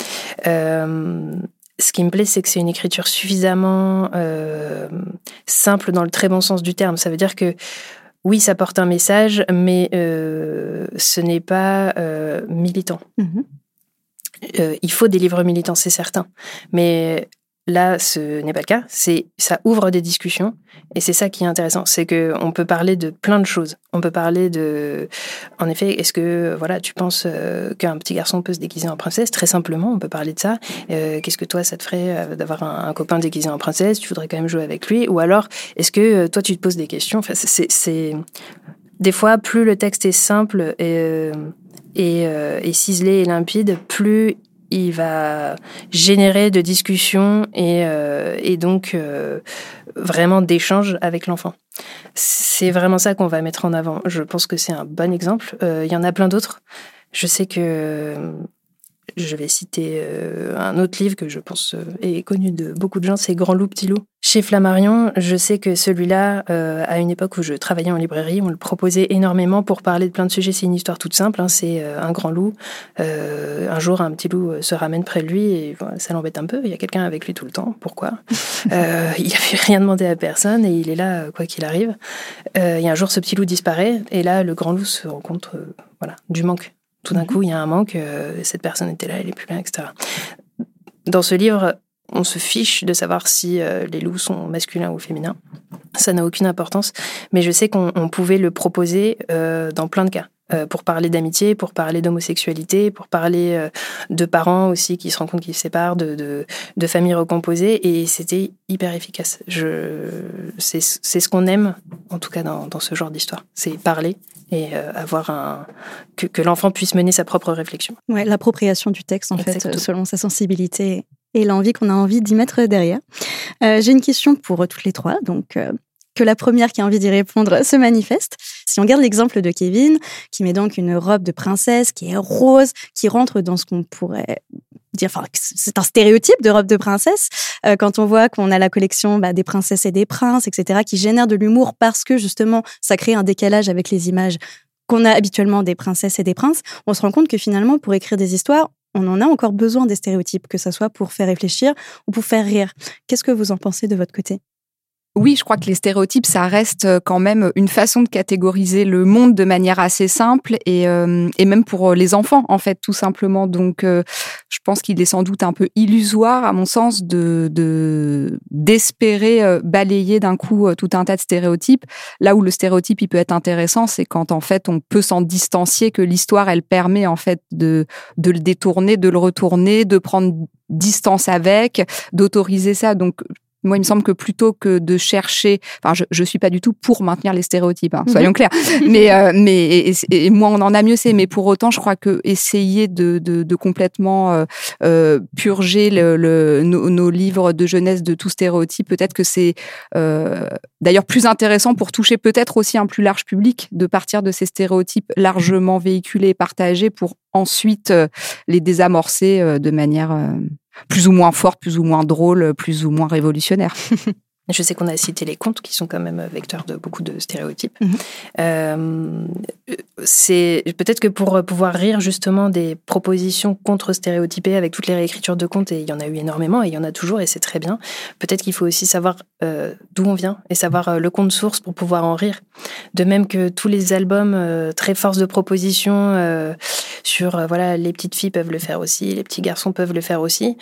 Ce qui me plaît, c'est que c'est une écriture suffisamment simple dans le très bon sens du terme. Ça veut dire que oui, ça porte un message, mais ce n'est pas militant. Il faut des livres militants, c'est certain. Mais là, ce n'est pas le cas. Ça ouvre des discussions et c'est ça qui est intéressant. C'est qu'on peut parler de plein de choses. On peut parler de... En effet, est-ce que tu penses qu'un petit garçon peut se déguiser en princesse ? Très simplement, on peut parler de ça. Qu'est-ce que toi, ça te ferait d'avoir un copain déguisé en princesse ? Tu voudrais quand même jouer avec lui ? Ou alors, est-ce que toi, tu te poses des questions ? Enfin, c'est... Des fois, plus le texte est simple et ciselé et limpide, plus il va générer de discussions et donc vraiment d'échanges avec l'enfant. C'est vraiment ça qu'on va mettre en avant. Je pense que c'est un bon exemple. Il y en a plein d'autres. Je sais que je vais citer un autre livre que je pense est connu de beaucoup de gens, c'est Grand Loup, Petit Loup. Chez Flammarion, je sais que celui-là, à une époque où je travaillais en librairie, on le proposait énormément pour parler de plein de sujets. C'est une histoire toute simple, c'est un grand loup. Un jour, un petit loup se ramène près de lui et ça l'embête un peu. Il y a quelqu'un avec lui tout le temps. Pourquoi ? Il n'avait rien demandé à personne et il est là quoi qu'il arrive. Et un jour, ce petit loup disparaît et là, le grand loup se rend compte du manque. Tout d'un coup, il y a un manque, cette personne était là, elle n'est plus là, etc. Dans ce livre, on se fiche de savoir si les loups sont masculins ou féminins. Ça n'a aucune importance, mais je sais qu'on pouvait le proposer dans plein de cas. Pour parler d'amitié, pour parler d'homosexualité, pour parler de parents aussi qui se rendent compte qu'ils se séparent, de familles recomposées, et c'était hyper efficace. C'est ce qu'on aime, en tout cas dans ce genre d'histoire, c'est parler et avoir que l'enfant puisse mener sa propre réflexion. Ouais, l'appropriation du texte, en fait, selon sa sensibilité et l'envie qu'on a envie d'y mettre derrière. J'ai une question pour toutes les trois, donc... que la première qui a envie d'y répondre se manifeste. Si on garde l'exemple de Kevin, qui met donc une robe de princesse, qui est rose, qui rentre dans ce qu'on pourrait dire, c'est un stéréotype de robe de princesse, quand on voit qu'on a la collection des princesses et des princes, etc., qui génère de l'humour parce que justement, ça crée un décalage avec les images qu'on a habituellement des princesses et des princes, on se rend compte que finalement, pour écrire des histoires, on en a encore besoin des stéréotypes, que ça soit pour faire réfléchir ou pour faire rire. Qu'est-ce que vous en pensez de votre côté ? Oui, je crois que les stéréotypes, ça reste quand même une façon de catégoriser le monde de manière assez simple et même pour les enfants, en fait, tout simplement. Donc, je pense qu'il est sans doute un peu illusoire, à mon sens, d'espérer balayer d'un coup tout un tas de stéréotypes. Là où le stéréotype, il peut être intéressant, c'est quand, en fait, on peut s'en distancier, que l'histoire, elle permet, en fait, de le détourner, de le retourner, de prendre distance avec, d'autoriser ça. Donc, moi, il me semble que plutôt que de chercher, je suis pas du tout pour maintenir les stéréotypes, soyons clairs. Mais et moins on en a mieux c'est. Mais pour autant, je crois que essayer de complètement purger nos livres de jeunesse de tout stéréotype, peut-être que c'est d'ailleurs plus intéressant pour toucher peut-être aussi un plus large public, de partir de ces stéréotypes largement véhiculés et partagés pour ensuite les désamorcer de manière plus ou moins forte, plus ou moins drôle, plus ou moins révolutionnaire. Je sais qu'on a cité les contes qui sont quand même vecteurs de beaucoup de stéréotypes. C'est peut-être que pour pouvoir rire justement des propositions contre-stéréotypées avec toutes les réécritures de contes, et il y en a eu énormément et il y en a toujours et c'est très bien, peut-être qu'il faut aussi savoir d'où on vient et savoir le conte source pour pouvoir en rire. De même que tous les albums très force de proposition sur voilà, les petites filles peuvent le faire aussi, les petits garçons peuvent le faire aussi,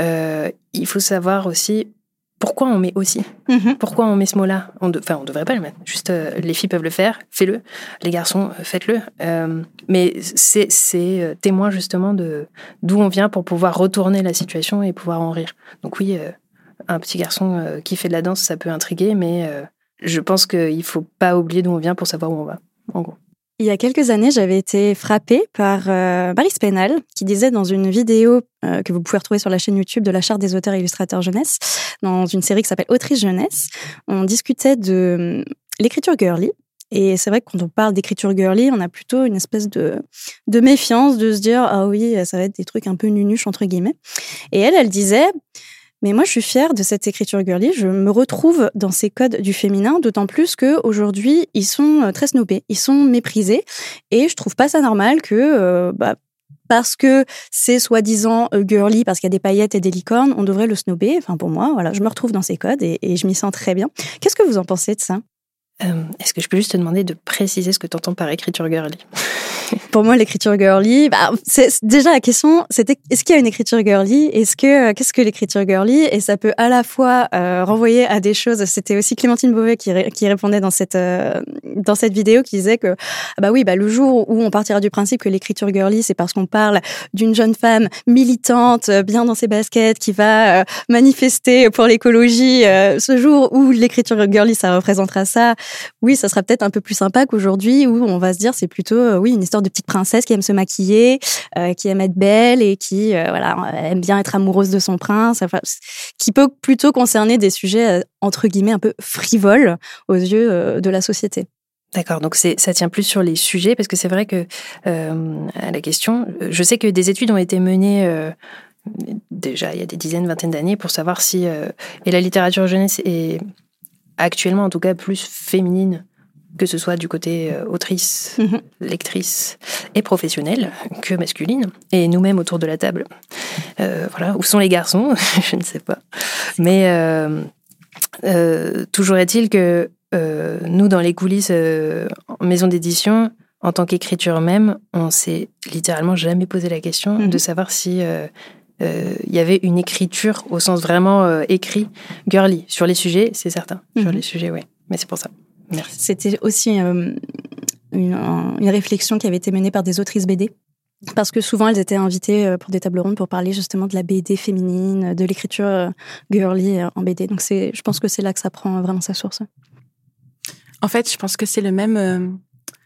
il faut savoir aussi pourquoi on met aussi. Pourquoi on met ce mot-là? On devrait pas le mettre. Juste, les filles peuvent le faire, fais-le. Les garçons, faites-le. Mais c'est témoin justement d'où on vient pour pouvoir retourner la situation et pouvoir en rire. Donc oui, un petit garçon qui fait de la danse, ça peut intriguer, mais je pense qu'il faut pas oublier d'où on vient pour savoir où on va, en gros. Il y a quelques années, j'avais été frappée par Marie Spénal, qui disait dans une vidéo que vous pouvez retrouver sur la chaîne YouTube de la Charte des auteurs et illustrateurs jeunesse, dans une série qui s'appelle Autrice jeunesse, on discutait de l'écriture girly. Et c'est vrai que quand on parle d'écriture girly, on a plutôt une espèce de méfiance, de se dire « Ah oui, ça va être des trucs un peu nunuches » entre guillemets. Et elle disait... Mais moi, je suis fière de cette écriture girly. Je me retrouve dans ces codes du féminin, d'autant plus qu'aujourd'hui, ils sont très snobés, ils sont méprisés. Et je trouve pas ça normal que, parce que c'est soi-disant girly, parce qu'il y a des paillettes et des licornes, on devrait le snobber. Enfin, pour moi, voilà, je me retrouve dans ces codes et je m'y sens très bien. Qu'est-ce que vous en pensez de ça ? Est-ce que je peux juste te demander de préciser ce que tu entends par écriture girly ? Pour moi, l'écriture girly, c'est déjà la question, c'était est-ce qu'il y a une écriture girly ? Qu'est-ce que l'écriture girly ? Et ça peut à la fois renvoyer à des choses. C'était aussi Clémentine Beauvais qui répondait dans cette vidéo, qui disait que le jour où on partira du principe que l'écriture girly, c'est parce qu'on parle d'une jeune femme militante, bien dans ses baskets, qui va manifester pour l'écologie. Ce jour où l'écriture girly, ça représentera ça. Oui, ça sera peut-être un peu plus sympa qu'aujourd'hui, où on va se dire c'est plutôt une histoire de petite princesse qui aime se maquiller, qui aime être belle et qui aime bien être amoureuse de son prince, qui peut plutôt concerner des sujets entre guillemets un peu frivoles aux yeux de la société. D'accord, donc ça tient plus sur les sujets, parce que c'est vrai que à la question, je sais que des études ont été menées déjà il y a des dizaines, vingtaines d'années pour savoir si et la littérature jeunesse est actuellement en tout cas plus féminine, que ce soit du côté autrice, lectrice et professionnelle que masculine. Et nous-mêmes autour de la table, où sont les garçons ? Je ne sais pas. Mais toujours est-il que nous, dans les coulisses en maison d'édition, en tant qu'écriture même, on s'est littéralement jamais posé la question de savoir si... y avait une écriture au sens vraiment écrit, girly. Sur les sujets, c'est certain. Sur les sujets, oui. Mais c'est pour ça. Merci. C'était aussi une réflexion qui avait été menée par des autrices BD. Parce que souvent, elles étaient invitées pour des tables rondes pour parler justement de la BD féminine, de l'écriture girly en BD. Donc, je pense que c'est là que ça prend vraiment sa source. En fait, je pense que c'est le même...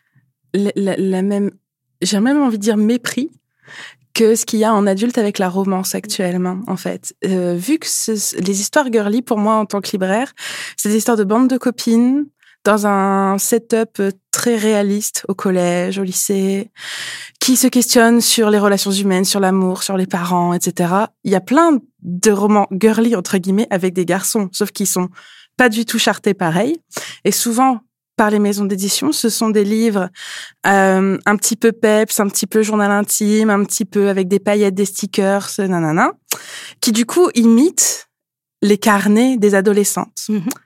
la même... J'ai même envie de dire mépris que ce qu'il y a en adulte avec la romance actuellement, en fait. Vu que les histoires girly, pour moi, en tant que libraire, c'est des histoires de bandes de copines dans un setup très réaliste au collège, au lycée, qui se questionnent sur les relations humaines, sur l'amour, sur les parents, etc. Il y a plein de romans girly, entre guillemets, avec des garçons, sauf qu'ils sont pas du tout chartés pareil. Et souvent, par les maisons d'édition, ce sont des livres un petit peu peps, un petit peu journal intime, un petit peu avec des paillettes, des stickers, nanana, qui du coup imitent les carnets des adolescentes.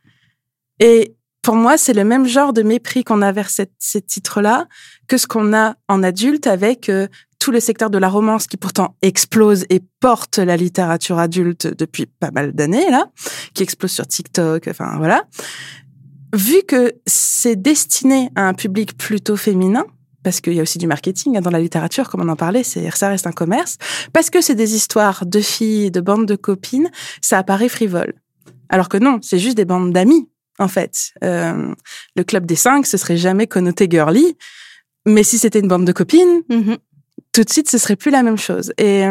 Et pour moi, c'est le même genre de mépris qu'on a vers ces titres-là que ce qu'on a en adulte avec tout le secteur de la romance qui pourtant explose et porte la littérature adulte depuis pas mal d'années, là, qui explose sur TikTok, enfin voilà. Vu que c'est destiné à un public plutôt féminin, parce qu'il y a aussi du marketing dans la littérature, comme on en parlait, ça reste un commerce, parce que c'est des histoires de filles, de bandes de copines, ça apparaît frivole. Alors que non, c'est juste des bandes d'amis, en fait. Le Club des 5, ce serait jamais connoté girly, mais si c'était une bande de copines, tout de suite, ce serait plus la même chose. Et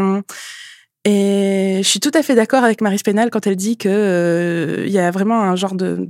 je suis tout à fait d'accord avec Marie Spénal quand elle dit que il y a vraiment un genre de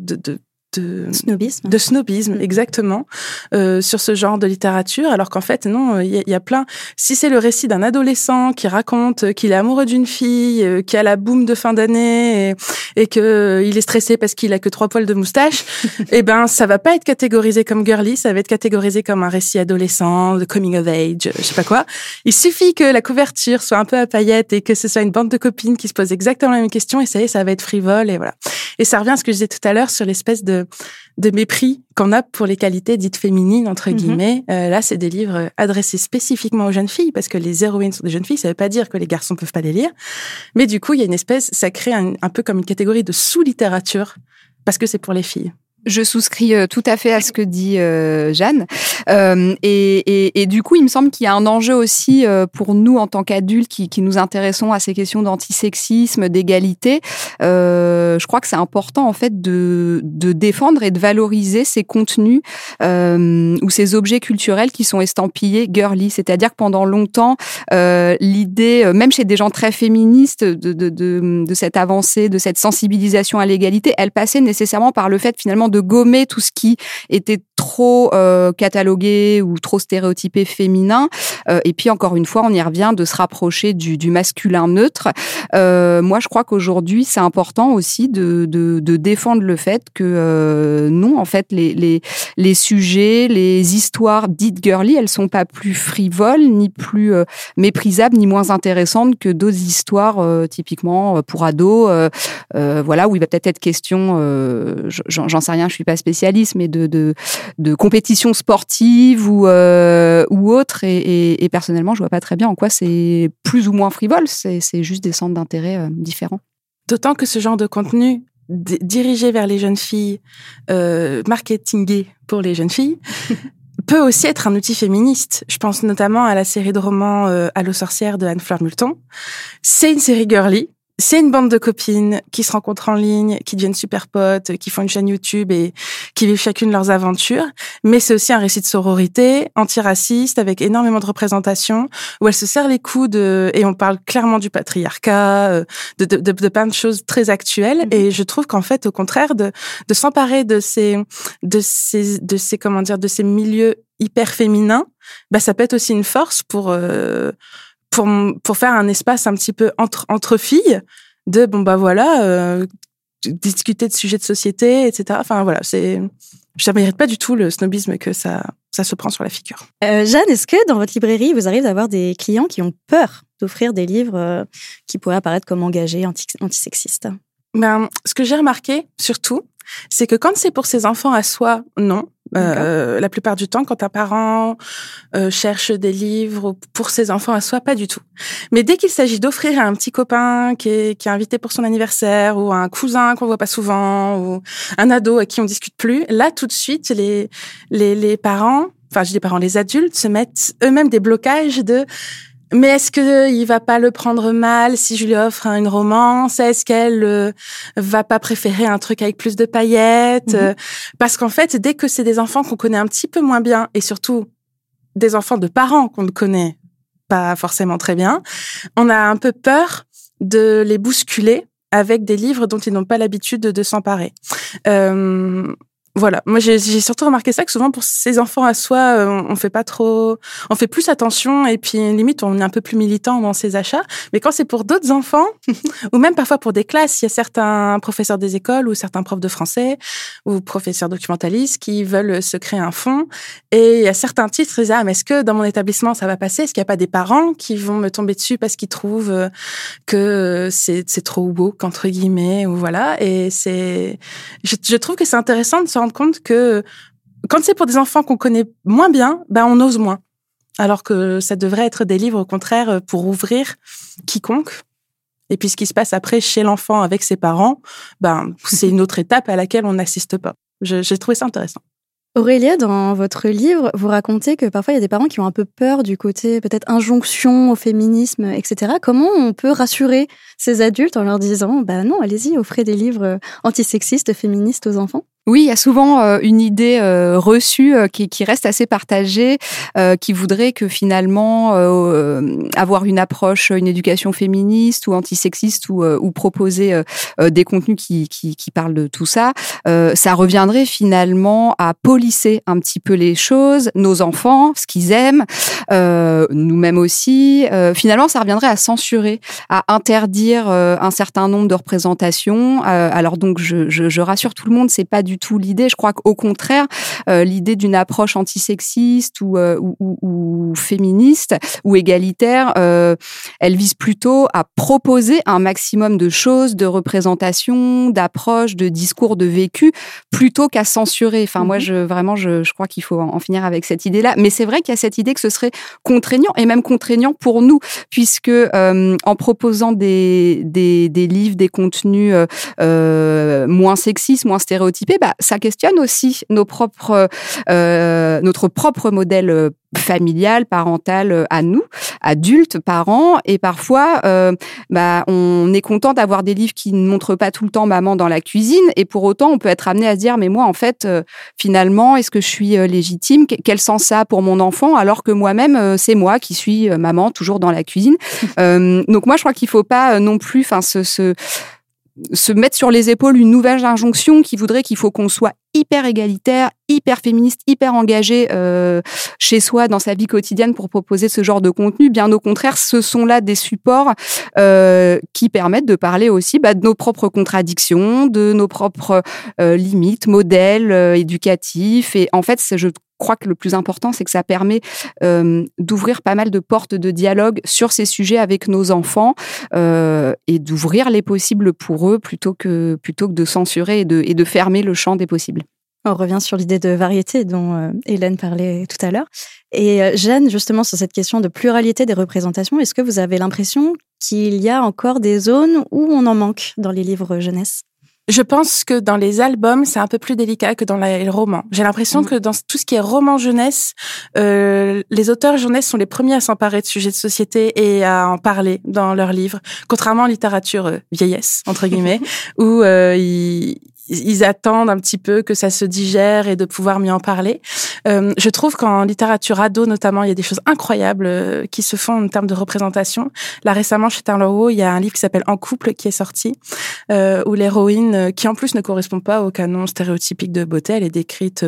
snobisme, exactement, sur ce genre de littérature, alors qu'en fait, non, il y a plein... Si c'est le récit d'un adolescent qui raconte qu'il est amoureux d'une fille, qui a la boum de fin d'année et que il est stressé parce qu'il a que 3 poils de moustache, eh ben ça va pas être catégorisé comme girly, ça va être catégorisé comme un récit adolescent, de coming of age, je sais pas quoi. Il suffit que la couverture soit un peu à paillettes et que ce soit une bande de copines qui se posent exactement la même question et ça y est, ça va être frivole et voilà. Et ça revient à ce que je disais tout à l'heure sur l'espèce de mépris qu'on a pour les qualités dites féminines, entre guillemets. Là, c'est des livres adressés spécifiquement aux jeunes filles, parce que les héroïnes sont des jeunes filles, ça veut pas dire que les garçons peuvent pas les lire. Mais du coup, il y a une espèce, ça crée un peu comme une catégorie de sous-littérature, parce que c'est pour les filles. Je souscris tout à fait à ce que dit Jeanne. Et du coup, il me semble qu'il y a un enjeu aussi pour nous en tant qu'adultes qui nous intéressons à ces questions d'antisexisme, d'égalité. Je crois que c'est important en fait de défendre et de valoriser ces contenus ou ces objets culturels qui sont estampillés girly. C'est-à-dire que pendant longtemps, l'idée, même chez des gens très féministes, de cette avancée, de cette sensibilisation à l'égalité, elle passait nécessairement par le fait finalement de gommer tout ce qui était trop catalogué ou trop stéréotypé féminin. Et puis, encore une fois, on y revient de se rapprocher du masculin neutre. Moi, je crois qu'aujourd'hui, c'est important aussi de défendre le fait que non, en fait, les sujets, les histoires dites girly, elles sont pas plus frivoles, ni plus méprisables, ni moins intéressantes que d'autres histoires, typiquement pour ados, voilà, où il va peut-être être question, j'en sais rien, je suis pas spécialiste, mais de compétition sportive ou autre. Et personnellement, je vois pas très bien en quoi c'est plus ou moins frivole. C'est juste des centres d'intérêt différents. D'autant que ce genre de contenu dirigé vers les jeunes filles, marketingé pour les jeunes filles, peut aussi être un outil féministe. Je pense notamment à la série de romans Allô sorcière de Anne-Fleur Moulton. C'est une série girly. C'est une bande de copines qui se rencontrent en ligne, qui deviennent super potes, qui font une chaîne YouTube et qui vivent chacune leurs aventures. Mais c'est aussi un récit de sororité, antiraciste, avec énormément de représentation, où elles se serrent les coudes et on parle clairement du patriarcat, de plein de choses très actuelles. Et je trouve qu'en fait, au contraire, de s'emparer de ces milieux hyper féminins, bah, ça peut être aussi une force pour faire un espace un petit peu entre filles, de discuter de sujets de société, etc. Enfin voilà, ça mérite pas du tout le snobisme que ça se prend sur la figure. Jeanne, est-ce que dans votre librairie, vous arrivez d'avoir des clients qui ont peur d'offrir des livres qui pourraient apparaître comme engagés, antisexistes? Ce que j'ai remarqué, surtout, c'est que quand c'est pour ses enfants à soi, non. La plupart du temps, quand un parent cherche des livres pour ses enfants à soi, pas du tout. Mais dès qu'il s'agit d'offrir à un petit copain qui est invité pour son anniversaire, ou à un cousin qu'on voit pas souvent, ou un ado à qui on discute plus, là tout de suite les parents, enfin je dis les parents, les adultes se mettent eux-mêmes des blocages de: mais est-ce que il va pas le prendre mal si je lui offre une romance? Est-ce qu'elle va pas préférer un truc avec plus de paillettes? Parce qu'en fait, dès que c'est des enfants qu'on connaît un petit peu moins bien, et surtout des enfants de parents qu'on ne connaît pas forcément très bien, on a un peu peur de les bousculer avec des livres dont ils n'ont pas l'habitude de s'emparer. Voilà, moi j'ai surtout remarqué ça, que souvent pour ces enfants à soi, on fait plus attention, et puis limite on est un peu plus militant dans ses achats. Mais quand c'est pour d'autres enfants, ou même parfois pour des classes, il y a certains professeurs des écoles ou certains profs de français ou professeurs documentalistes qui veulent se créer un fonds, et il y a certains titres, ils disent: ah mais est-ce que dans mon établissement ça va passer? Est-ce qu'il n'y a pas des parents qui vont me tomber dessus parce qu'ils trouvent que c'est trop woke entre guillemets, ou voilà. Et je trouve que c'est intéressant de se rendre compte que quand c'est pour des enfants qu'on connaît moins bien, on ose moins. Alors que ça devrait être des livres, au contraire, pour ouvrir quiconque. Et puis ce qui se passe après chez l'enfant avec ses parents, c'est une autre étape à laquelle on n'assiste pas. J'ai trouvé ça intéressant. Aurélia, dans votre livre, vous racontez que parfois il y a des parents qui ont un peu peur du côté peut-être injonction au féminisme, etc. Comment on peut rassurer ces adultes en leur disant: non, allez-y, offrez des livres antisexistes, féministes aux enfants? Oui, il y a souvent une idée reçue qui reste assez partagée, qui voudrait que finalement avoir une approche, une éducation féministe ou antisexiste ou proposer des contenus qui parlent de tout ça, ça reviendrait finalement à polisser un petit peu les choses, nos enfants, ce qu'ils aiment, nous-mêmes aussi. Finalement, ça reviendrait à censurer, à interdire un certain nombre de représentations. Alors donc, je rassure tout le monde, c'est pas du tout l'idée. Je crois qu'au contraire, l'idée d'une approche antisexiste ou féministe ou égalitaire, elle vise plutôt à proposer un maximum de choses, de représentations, d'approches, de discours, de vécu, plutôt qu'à censurer. Enfin, moi, je crois qu'il faut en finir avec cette idée-là. Mais c'est vrai qu'il y a cette idée que ce serait contraignant, et même contraignant pour nous, puisque en proposant des livres, des contenus moins sexistes, moins stéréotypés, ça questionne aussi notre propre modèle familial, parental à nous, adultes, parents, et parfois on est content d'avoir des livres qui ne montrent pas tout le temps maman dans la cuisine, et pour autant on peut être amené à se dire mais moi en fait finalement est-ce que je suis légitime, quel sens ça a pour mon enfant alors que moi-même c'est moi qui suis maman toujours dans la cuisine. Donc moi je crois qu'il faut pas non plus se mettre sur les épaules une nouvelle injonction qui voudrait qu'il faut qu'on soit hyper égalitaire, hyper féministe, hyper engagé chez soi dans sa vie quotidienne pour proposer ce genre de contenu. Bien au contraire, ce sont là des supports qui permettent de parler aussi de nos propres contradictions, de nos propres limites, modèles éducatifs. Et en fait, je crois que le plus important, c'est que ça permet d'ouvrir pas mal de portes de dialogue sur ces sujets avec nos enfants et d'ouvrir les possibles pour eux plutôt que de censurer et de fermer le champ des possibles. On revient sur l'idée de variété dont Hélène parlait tout à l'heure. Et Jeanne, justement, sur cette question de pluralité des représentations, est-ce que vous avez l'impression qu'il y a encore des zones où on en manque dans les livres jeunesse ? Je pense que dans les albums, c'est un peu plus délicat que dans les romans. J'ai l'impression que dans tout ce qui est roman jeunesse, les auteurs jeunesse sont les premiers à s'emparer de sujets de société et à en parler dans leurs livres, contrairement en littérature vieillesse, entre guillemets, où ils attendent un petit peu que ça se digère et de pouvoir mieux en parler. Je trouve qu'en littérature ado, notamment, il y a des choses incroyables qui se font en termes de représentation. Là, récemment, chez Tarlereau, il y a un livre qui s'appelle En couple qui est sorti, où l'héroïne, qui en plus ne correspond pas au canon stéréotypique de beauté, elle est décrite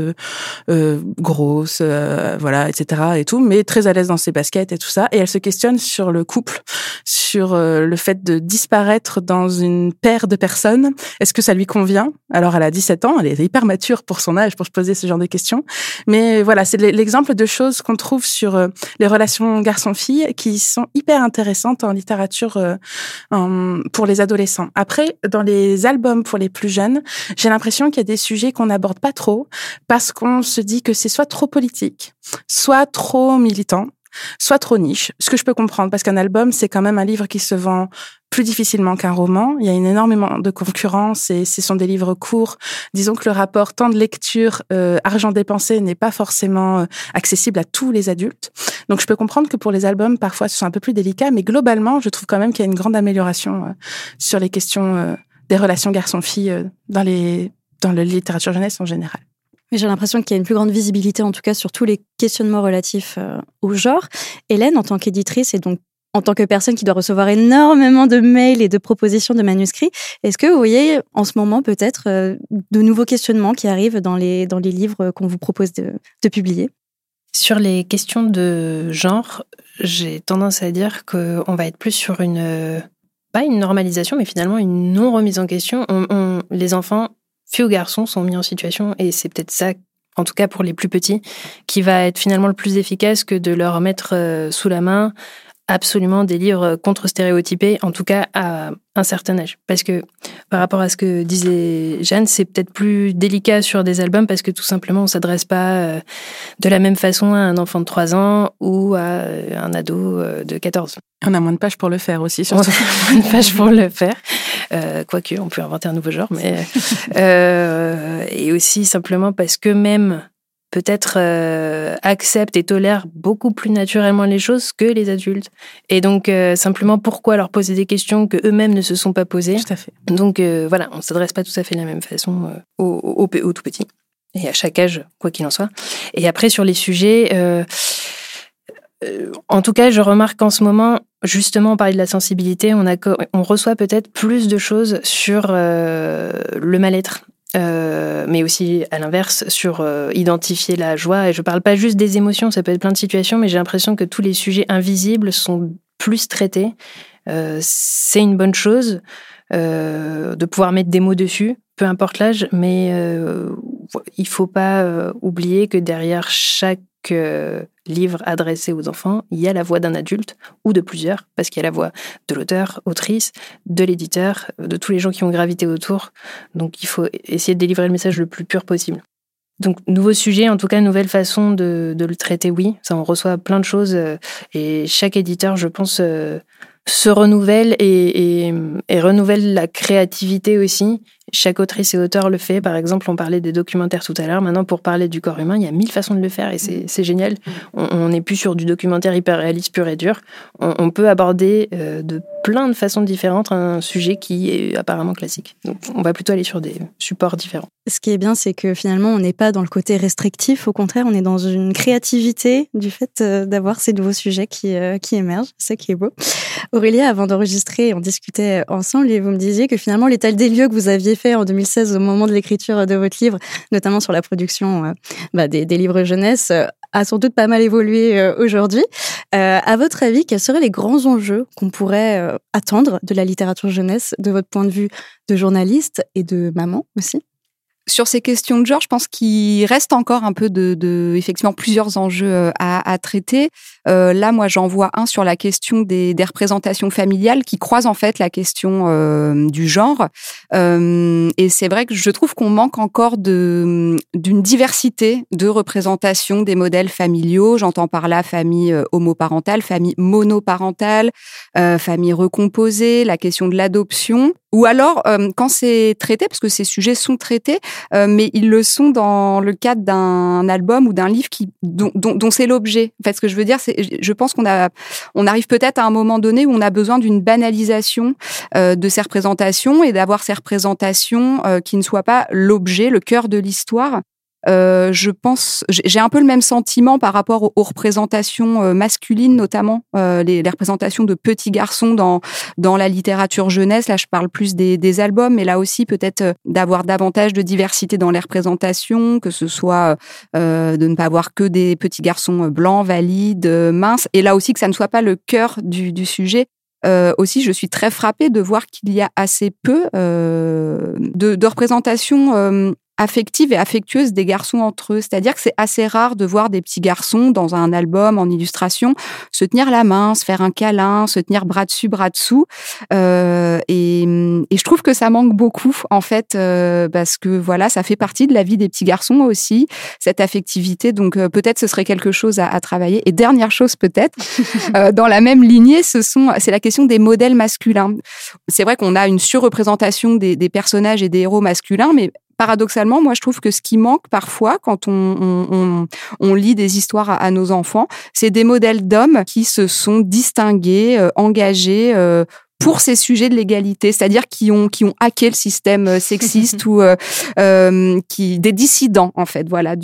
grosse, voilà, etc. et tout, mais très à l'aise dans ses baskets et tout ça. Et elle se questionne sur le couple, sur le fait de disparaître dans une paire de personnes. Est-ce que ça lui convient ? Alors, elle a 17 ans, elle est hyper mature pour son âge pour se poser ce genre de questions. Mais voilà, c'est l'exemple de choses qu'on trouve sur les relations garçon-fille qui sont hyper intéressantes en littérature pour les adolescents. Après, dans les albums pour les plus jeunes, j'ai l'impression qu'il y a des sujets qu'on n'aborde pas trop parce qu'on se dit que c'est soit trop politique, soit trop militant, soit trop niche, ce que je peux comprendre, parce qu'un album, c'est quand même un livre qui se vend plus difficilement qu'un roman. Il y a énormément de concurrence et ce sont des livres courts. Disons que le rapport temps de lecture, argent dépensé n'est pas forcément accessible à tous les adultes. Donc je peux comprendre que pour les albums, parfois, ce sont un peu plus délicats, mais globalement, je trouve quand même qu'il y a une grande amélioration sur les questions des relations garçon-fille dans la littérature jeunesse en général. J'ai l'impression qu'il y a une plus grande visibilité, en tout cas, sur tous les questionnements relatifs au genre. Hélène, en tant qu'éditrice et donc en tant que personne qui doit recevoir énormément de mails et de propositions de manuscrits, est-ce que vous voyez en ce moment peut-être de nouveaux questionnements qui arrivent dans les livres qu'on vous propose de publier ? Sur les questions de genre, j'ai tendance à dire qu'on va être plus sur pas une normalisation, mais finalement une non-remise en question. Les enfants, filles ou garçons, sont mis en situation, et c'est peut-être ça, en tout cas pour les plus petits, qui va être finalement le plus efficace que de leur mettre sous la main absolument des livres contre-stéréotypés, en tout cas à un certain âge. Parce que par rapport à ce que disait Jeanne, c'est peut-être plus délicat sur des albums parce que tout simplement on ne s'adresse pas de la même façon à un enfant de 3 ans ou à un ado de 14. On a moins de pages pour le faire aussi, surtout. On a moins de pages pour le faire. Quoique, on peut inventer un nouveau genre, mais et aussi simplement parce que même peut-être acceptent et tolèrent beaucoup plus naturellement les choses que les adultes. Et donc, simplement, pourquoi leur poser des questions que eux-mêmes ne se sont pas posées ? Tout à fait. Donc, voilà, on ne s'adresse pas tout à fait de la même façon aux tout petits. Et à chaque âge, quoi qu'il en soit. Et après, sur les sujets... en tout cas, je remarque qu'en ce moment, justement, on parlait de la sensibilité, on reçoit peut-être plus de choses sur le mal-être. Mais aussi à l'inverse sur identifier la joie, et je parle pas juste des émotions, ça peut être plein de situations, mais j'ai l'impression que tous les sujets invisibles sont plus traités. C'est une bonne chose de pouvoir mettre des mots dessus, peu importe l'âge, mais il faut pas oublier que derrière chaque livre adressé aux enfants, il y a la voix d'un adulte ou de plusieurs, parce qu'il y a la voix de l'auteur, autrice, de l'éditeur, de tous les gens qui ont gravité autour. Donc il faut essayer de délivrer le message le plus pur possible. Donc nouveau sujet, en tout cas nouvelle façon de le traiter, oui. Ça, on reçoit plein de choses et chaque éditeur, je pense, se renouvelle et renouvelle la créativité aussi. Chaque autrice et auteur le fait. Par exemple, on parlait des documentaires tout à l'heure. Maintenant, pour parler du corps humain, il y a 1000 façons de le faire et c'est génial. On n'est plus sur du documentaire hyper réaliste pur et dur. On peut aborder de plein de façons différentes un sujet qui est apparemment classique. Donc, on va plutôt aller sur des supports différents. Ce qui est bien, c'est que finalement, on n'est pas dans le côté restrictif. Au contraire, on est dans une créativité du fait d'avoir ces nouveaux sujets qui émergent. C'est ça qui est beau. Aurélia, avant d'enregistrer, on discutait ensemble et vous me disiez que finalement, l'état des lieux que vous aviez fait en 2016 au moment de l'écriture de votre livre, notamment sur la production des livres jeunesse, a sans doute pas mal évolué aujourd'hui. À votre avis, quels seraient les grands enjeux qu'on pourrait attendre de la littérature jeunesse, de votre point de vue de journaliste et de maman aussi ? Sur ces questions de genre, je pense qu'il reste encore un peu effectivement plusieurs enjeux à traiter. Là, moi, j'en vois un sur la question des représentations familiales qui croisent en fait la question du genre. Et c'est vrai que je trouve qu'on manque encore d'une diversité de représentation des modèles familiaux. J'entends par là famille homoparentale, famille monoparentale, famille recomposée, la question de l'adoption. Ou alors, quand c'est traité, parce que ces sujets sont traités, mais ils le sont dans le cadre d'un album ou d'un livre dont c'est l'objet. En fait, ce que je veux dire, je pense qu'on arrive peut-être à un moment donné où on a besoin d'une banalisation de ces représentations et d'avoir ces représentations qui ne soient pas l'objet, le cœur de l'histoire. Je pense, j'ai un peu le même sentiment par rapport aux représentations masculines, notamment les représentations de petits garçons dans la littérature jeunesse. Là, je parle plus des albums, mais là aussi peut-être d'avoir davantage de diversité dans les représentations, que ce soit de ne pas avoir que des petits garçons blancs, valides, minces, et là aussi que ça ne soit pas le cœur du sujet. Aussi, je suis très frappée de voir qu'il y a assez peu de représentations affective et affectueuse des garçons entre eux. C'est-à-dire que c'est assez rare de voir des petits garçons dans un album, en illustration, se tenir la main, se faire un câlin, se tenir bras dessus, bras dessous. Et je trouve que ça manque beaucoup, en fait, parce que voilà, ça fait partie de la vie des petits garçons aussi, cette affectivité. Donc peut-être ce serait quelque chose à travailler. Et dernière chose peut-être, dans la même lignée, c'est la question des modèles masculins. C'est vrai qu'on a une surreprésentation des personnages et des héros masculins, mais paradoxalement, moi, je trouve que ce qui manque parfois quand on lit des histoires à nos enfants, c'est des modèles d'hommes qui se sont distingués, engagés pour ces sujets de l'égalité, c'est-à-dire qui ont hacké le système sexiste ou des dissidents en fait, voilà,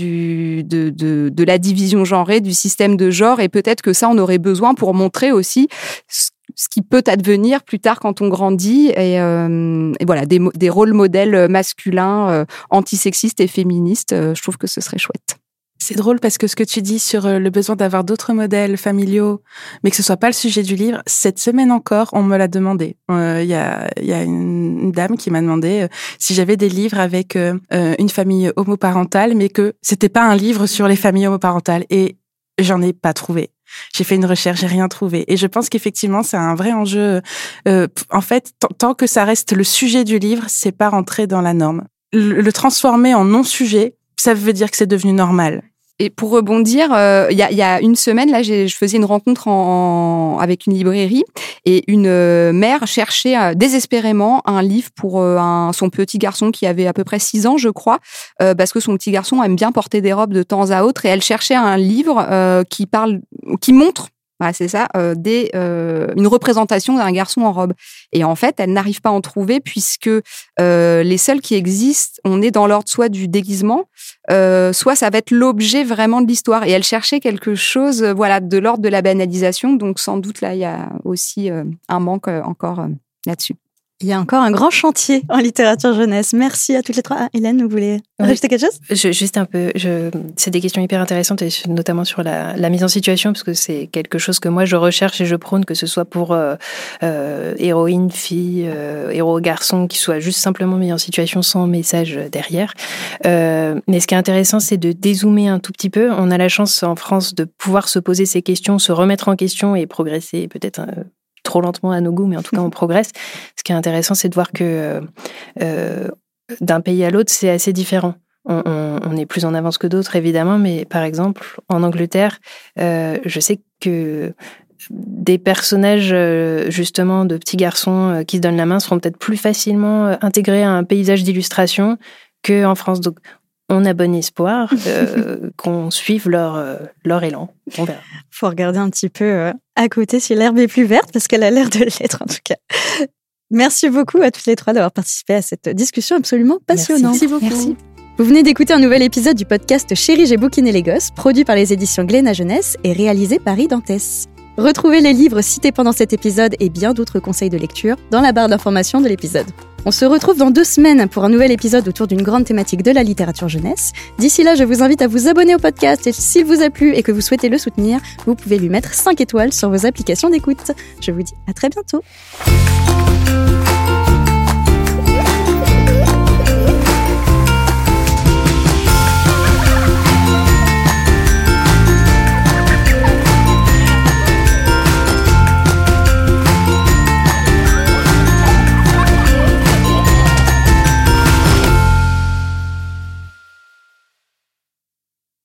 de la division genrée, du système de genre, et peut-être que ça on aurait besoin pour montrer aussi ce qui peut advenir plus tard quand on grandit, et voilà, des rôles modèles masculins antisexistes et féministes. Je trouve que ce serait chouette. C'est drôle parce que ce que tu dis sur le besoin d'avoir d'autres modèles familiaux, mais que ce soit pas le sujet du livre, cette semaine encore, on me l'a demandé. Il y a une dame qui m'a demandé si j'avais des livres avec une famille homoparentale, mais que c'était pas un livre sur les familles homoparentales, et j'en ai pas trouvé. J'ai fait une recherche, j'ai rien trouvé. Et je pense qu'effectivement, c'est un vrai enjeu. En fait, tant que ça reste le sujet du livre, c'est pas rentrer dans la norme. Le transformer en non-sujet, ça veut dire que c'est devenu normal. Et pour rebondir, il y a une semaine, là, je faisais une rencontre avec une librairie et une mère cherchait désespérément un livre pour son petit garçon qui avait à peu près 6 ans, je crois, parce que son petit garçon aime bien porter des robes de temps à autre et elle cherchait un livre qui montre, voilà, c'est ça, une représentation d'un garçon en robe. Et en fait, elle n'arrive pas à en trouver puisque les seuls qui existent, on est dans l'ordre soit du déguisement, soit ça va être l'objet vraiment de l'histoire. Et elle cherchait quelque chose, voilà, de l'ordre de la banalisation. Donc sans doute là, il y a aussi un manque encore là-dessus. Il y a encore un grand chantier en littérature jeunesse. Merci à toutes les trois. Ah, Hélène, vous voulez rajouter quelque chose ? Juste un peu. C'est des questions hyper intéressantes, et notamment sur la mise en situation, parce que c'est quelque chose que moi je recherche et je prône, que ce soit pour héroïne, fille, héros, garçon, qui soit juste simplement mis en situation sans message derrière. Mais ce qui est intéressant, c'est de dézoomer un tout petit peu. On a la chance en France de pouvoir se poser ces questions, se remettre en question et progresser peut-être trop lentement à nos goûts, mais en tout cas on progresse. Ce qui est intéressant, c'est de voir que d'un pays à l'autre, c'est assez différent. On est plus en avance que d'autres, évidemment, mais par exemple, en Angleterre, je sais que des personnages, justement, de petits garçons qui se donnent la main seront peut-être plus facilement intégrés à un paysage d'illustration qu'en France. Donc, on a bon espoir qu'on suive leur élan. On verra. Faut regarder un petit peu à côté si l'herbe est plus verte, parce qu'elle a l'air de l'être en tout cas. Merci beaucoup à toutes les trois d'avoir participé à cette discussion absolument passionnante. Merci beaucoup. Merci. Vous venez d'écouter un nouvel épisode du podcast Chérie, j'ai bouquiné les gosses, produit par les éditions Glénat Jeunesse et réalisé par Idantès. Retrouvez les livres cités pendant cet épisode et bien d'autres conseils de lecture dans la barre d'information de l'épisode. On se retrouve dans 2 semaines pour un nouvel épisode autour d'une grande thématique de la littérature jeunesse. D'ici là, je vous invite à vous abonner au podcast et s'il vous a plu et que vous souhaitez le soutenir, vous pouvez lui mettre 5 étoiles sur vos applications d'écoute. Je vous dis à très bientôt.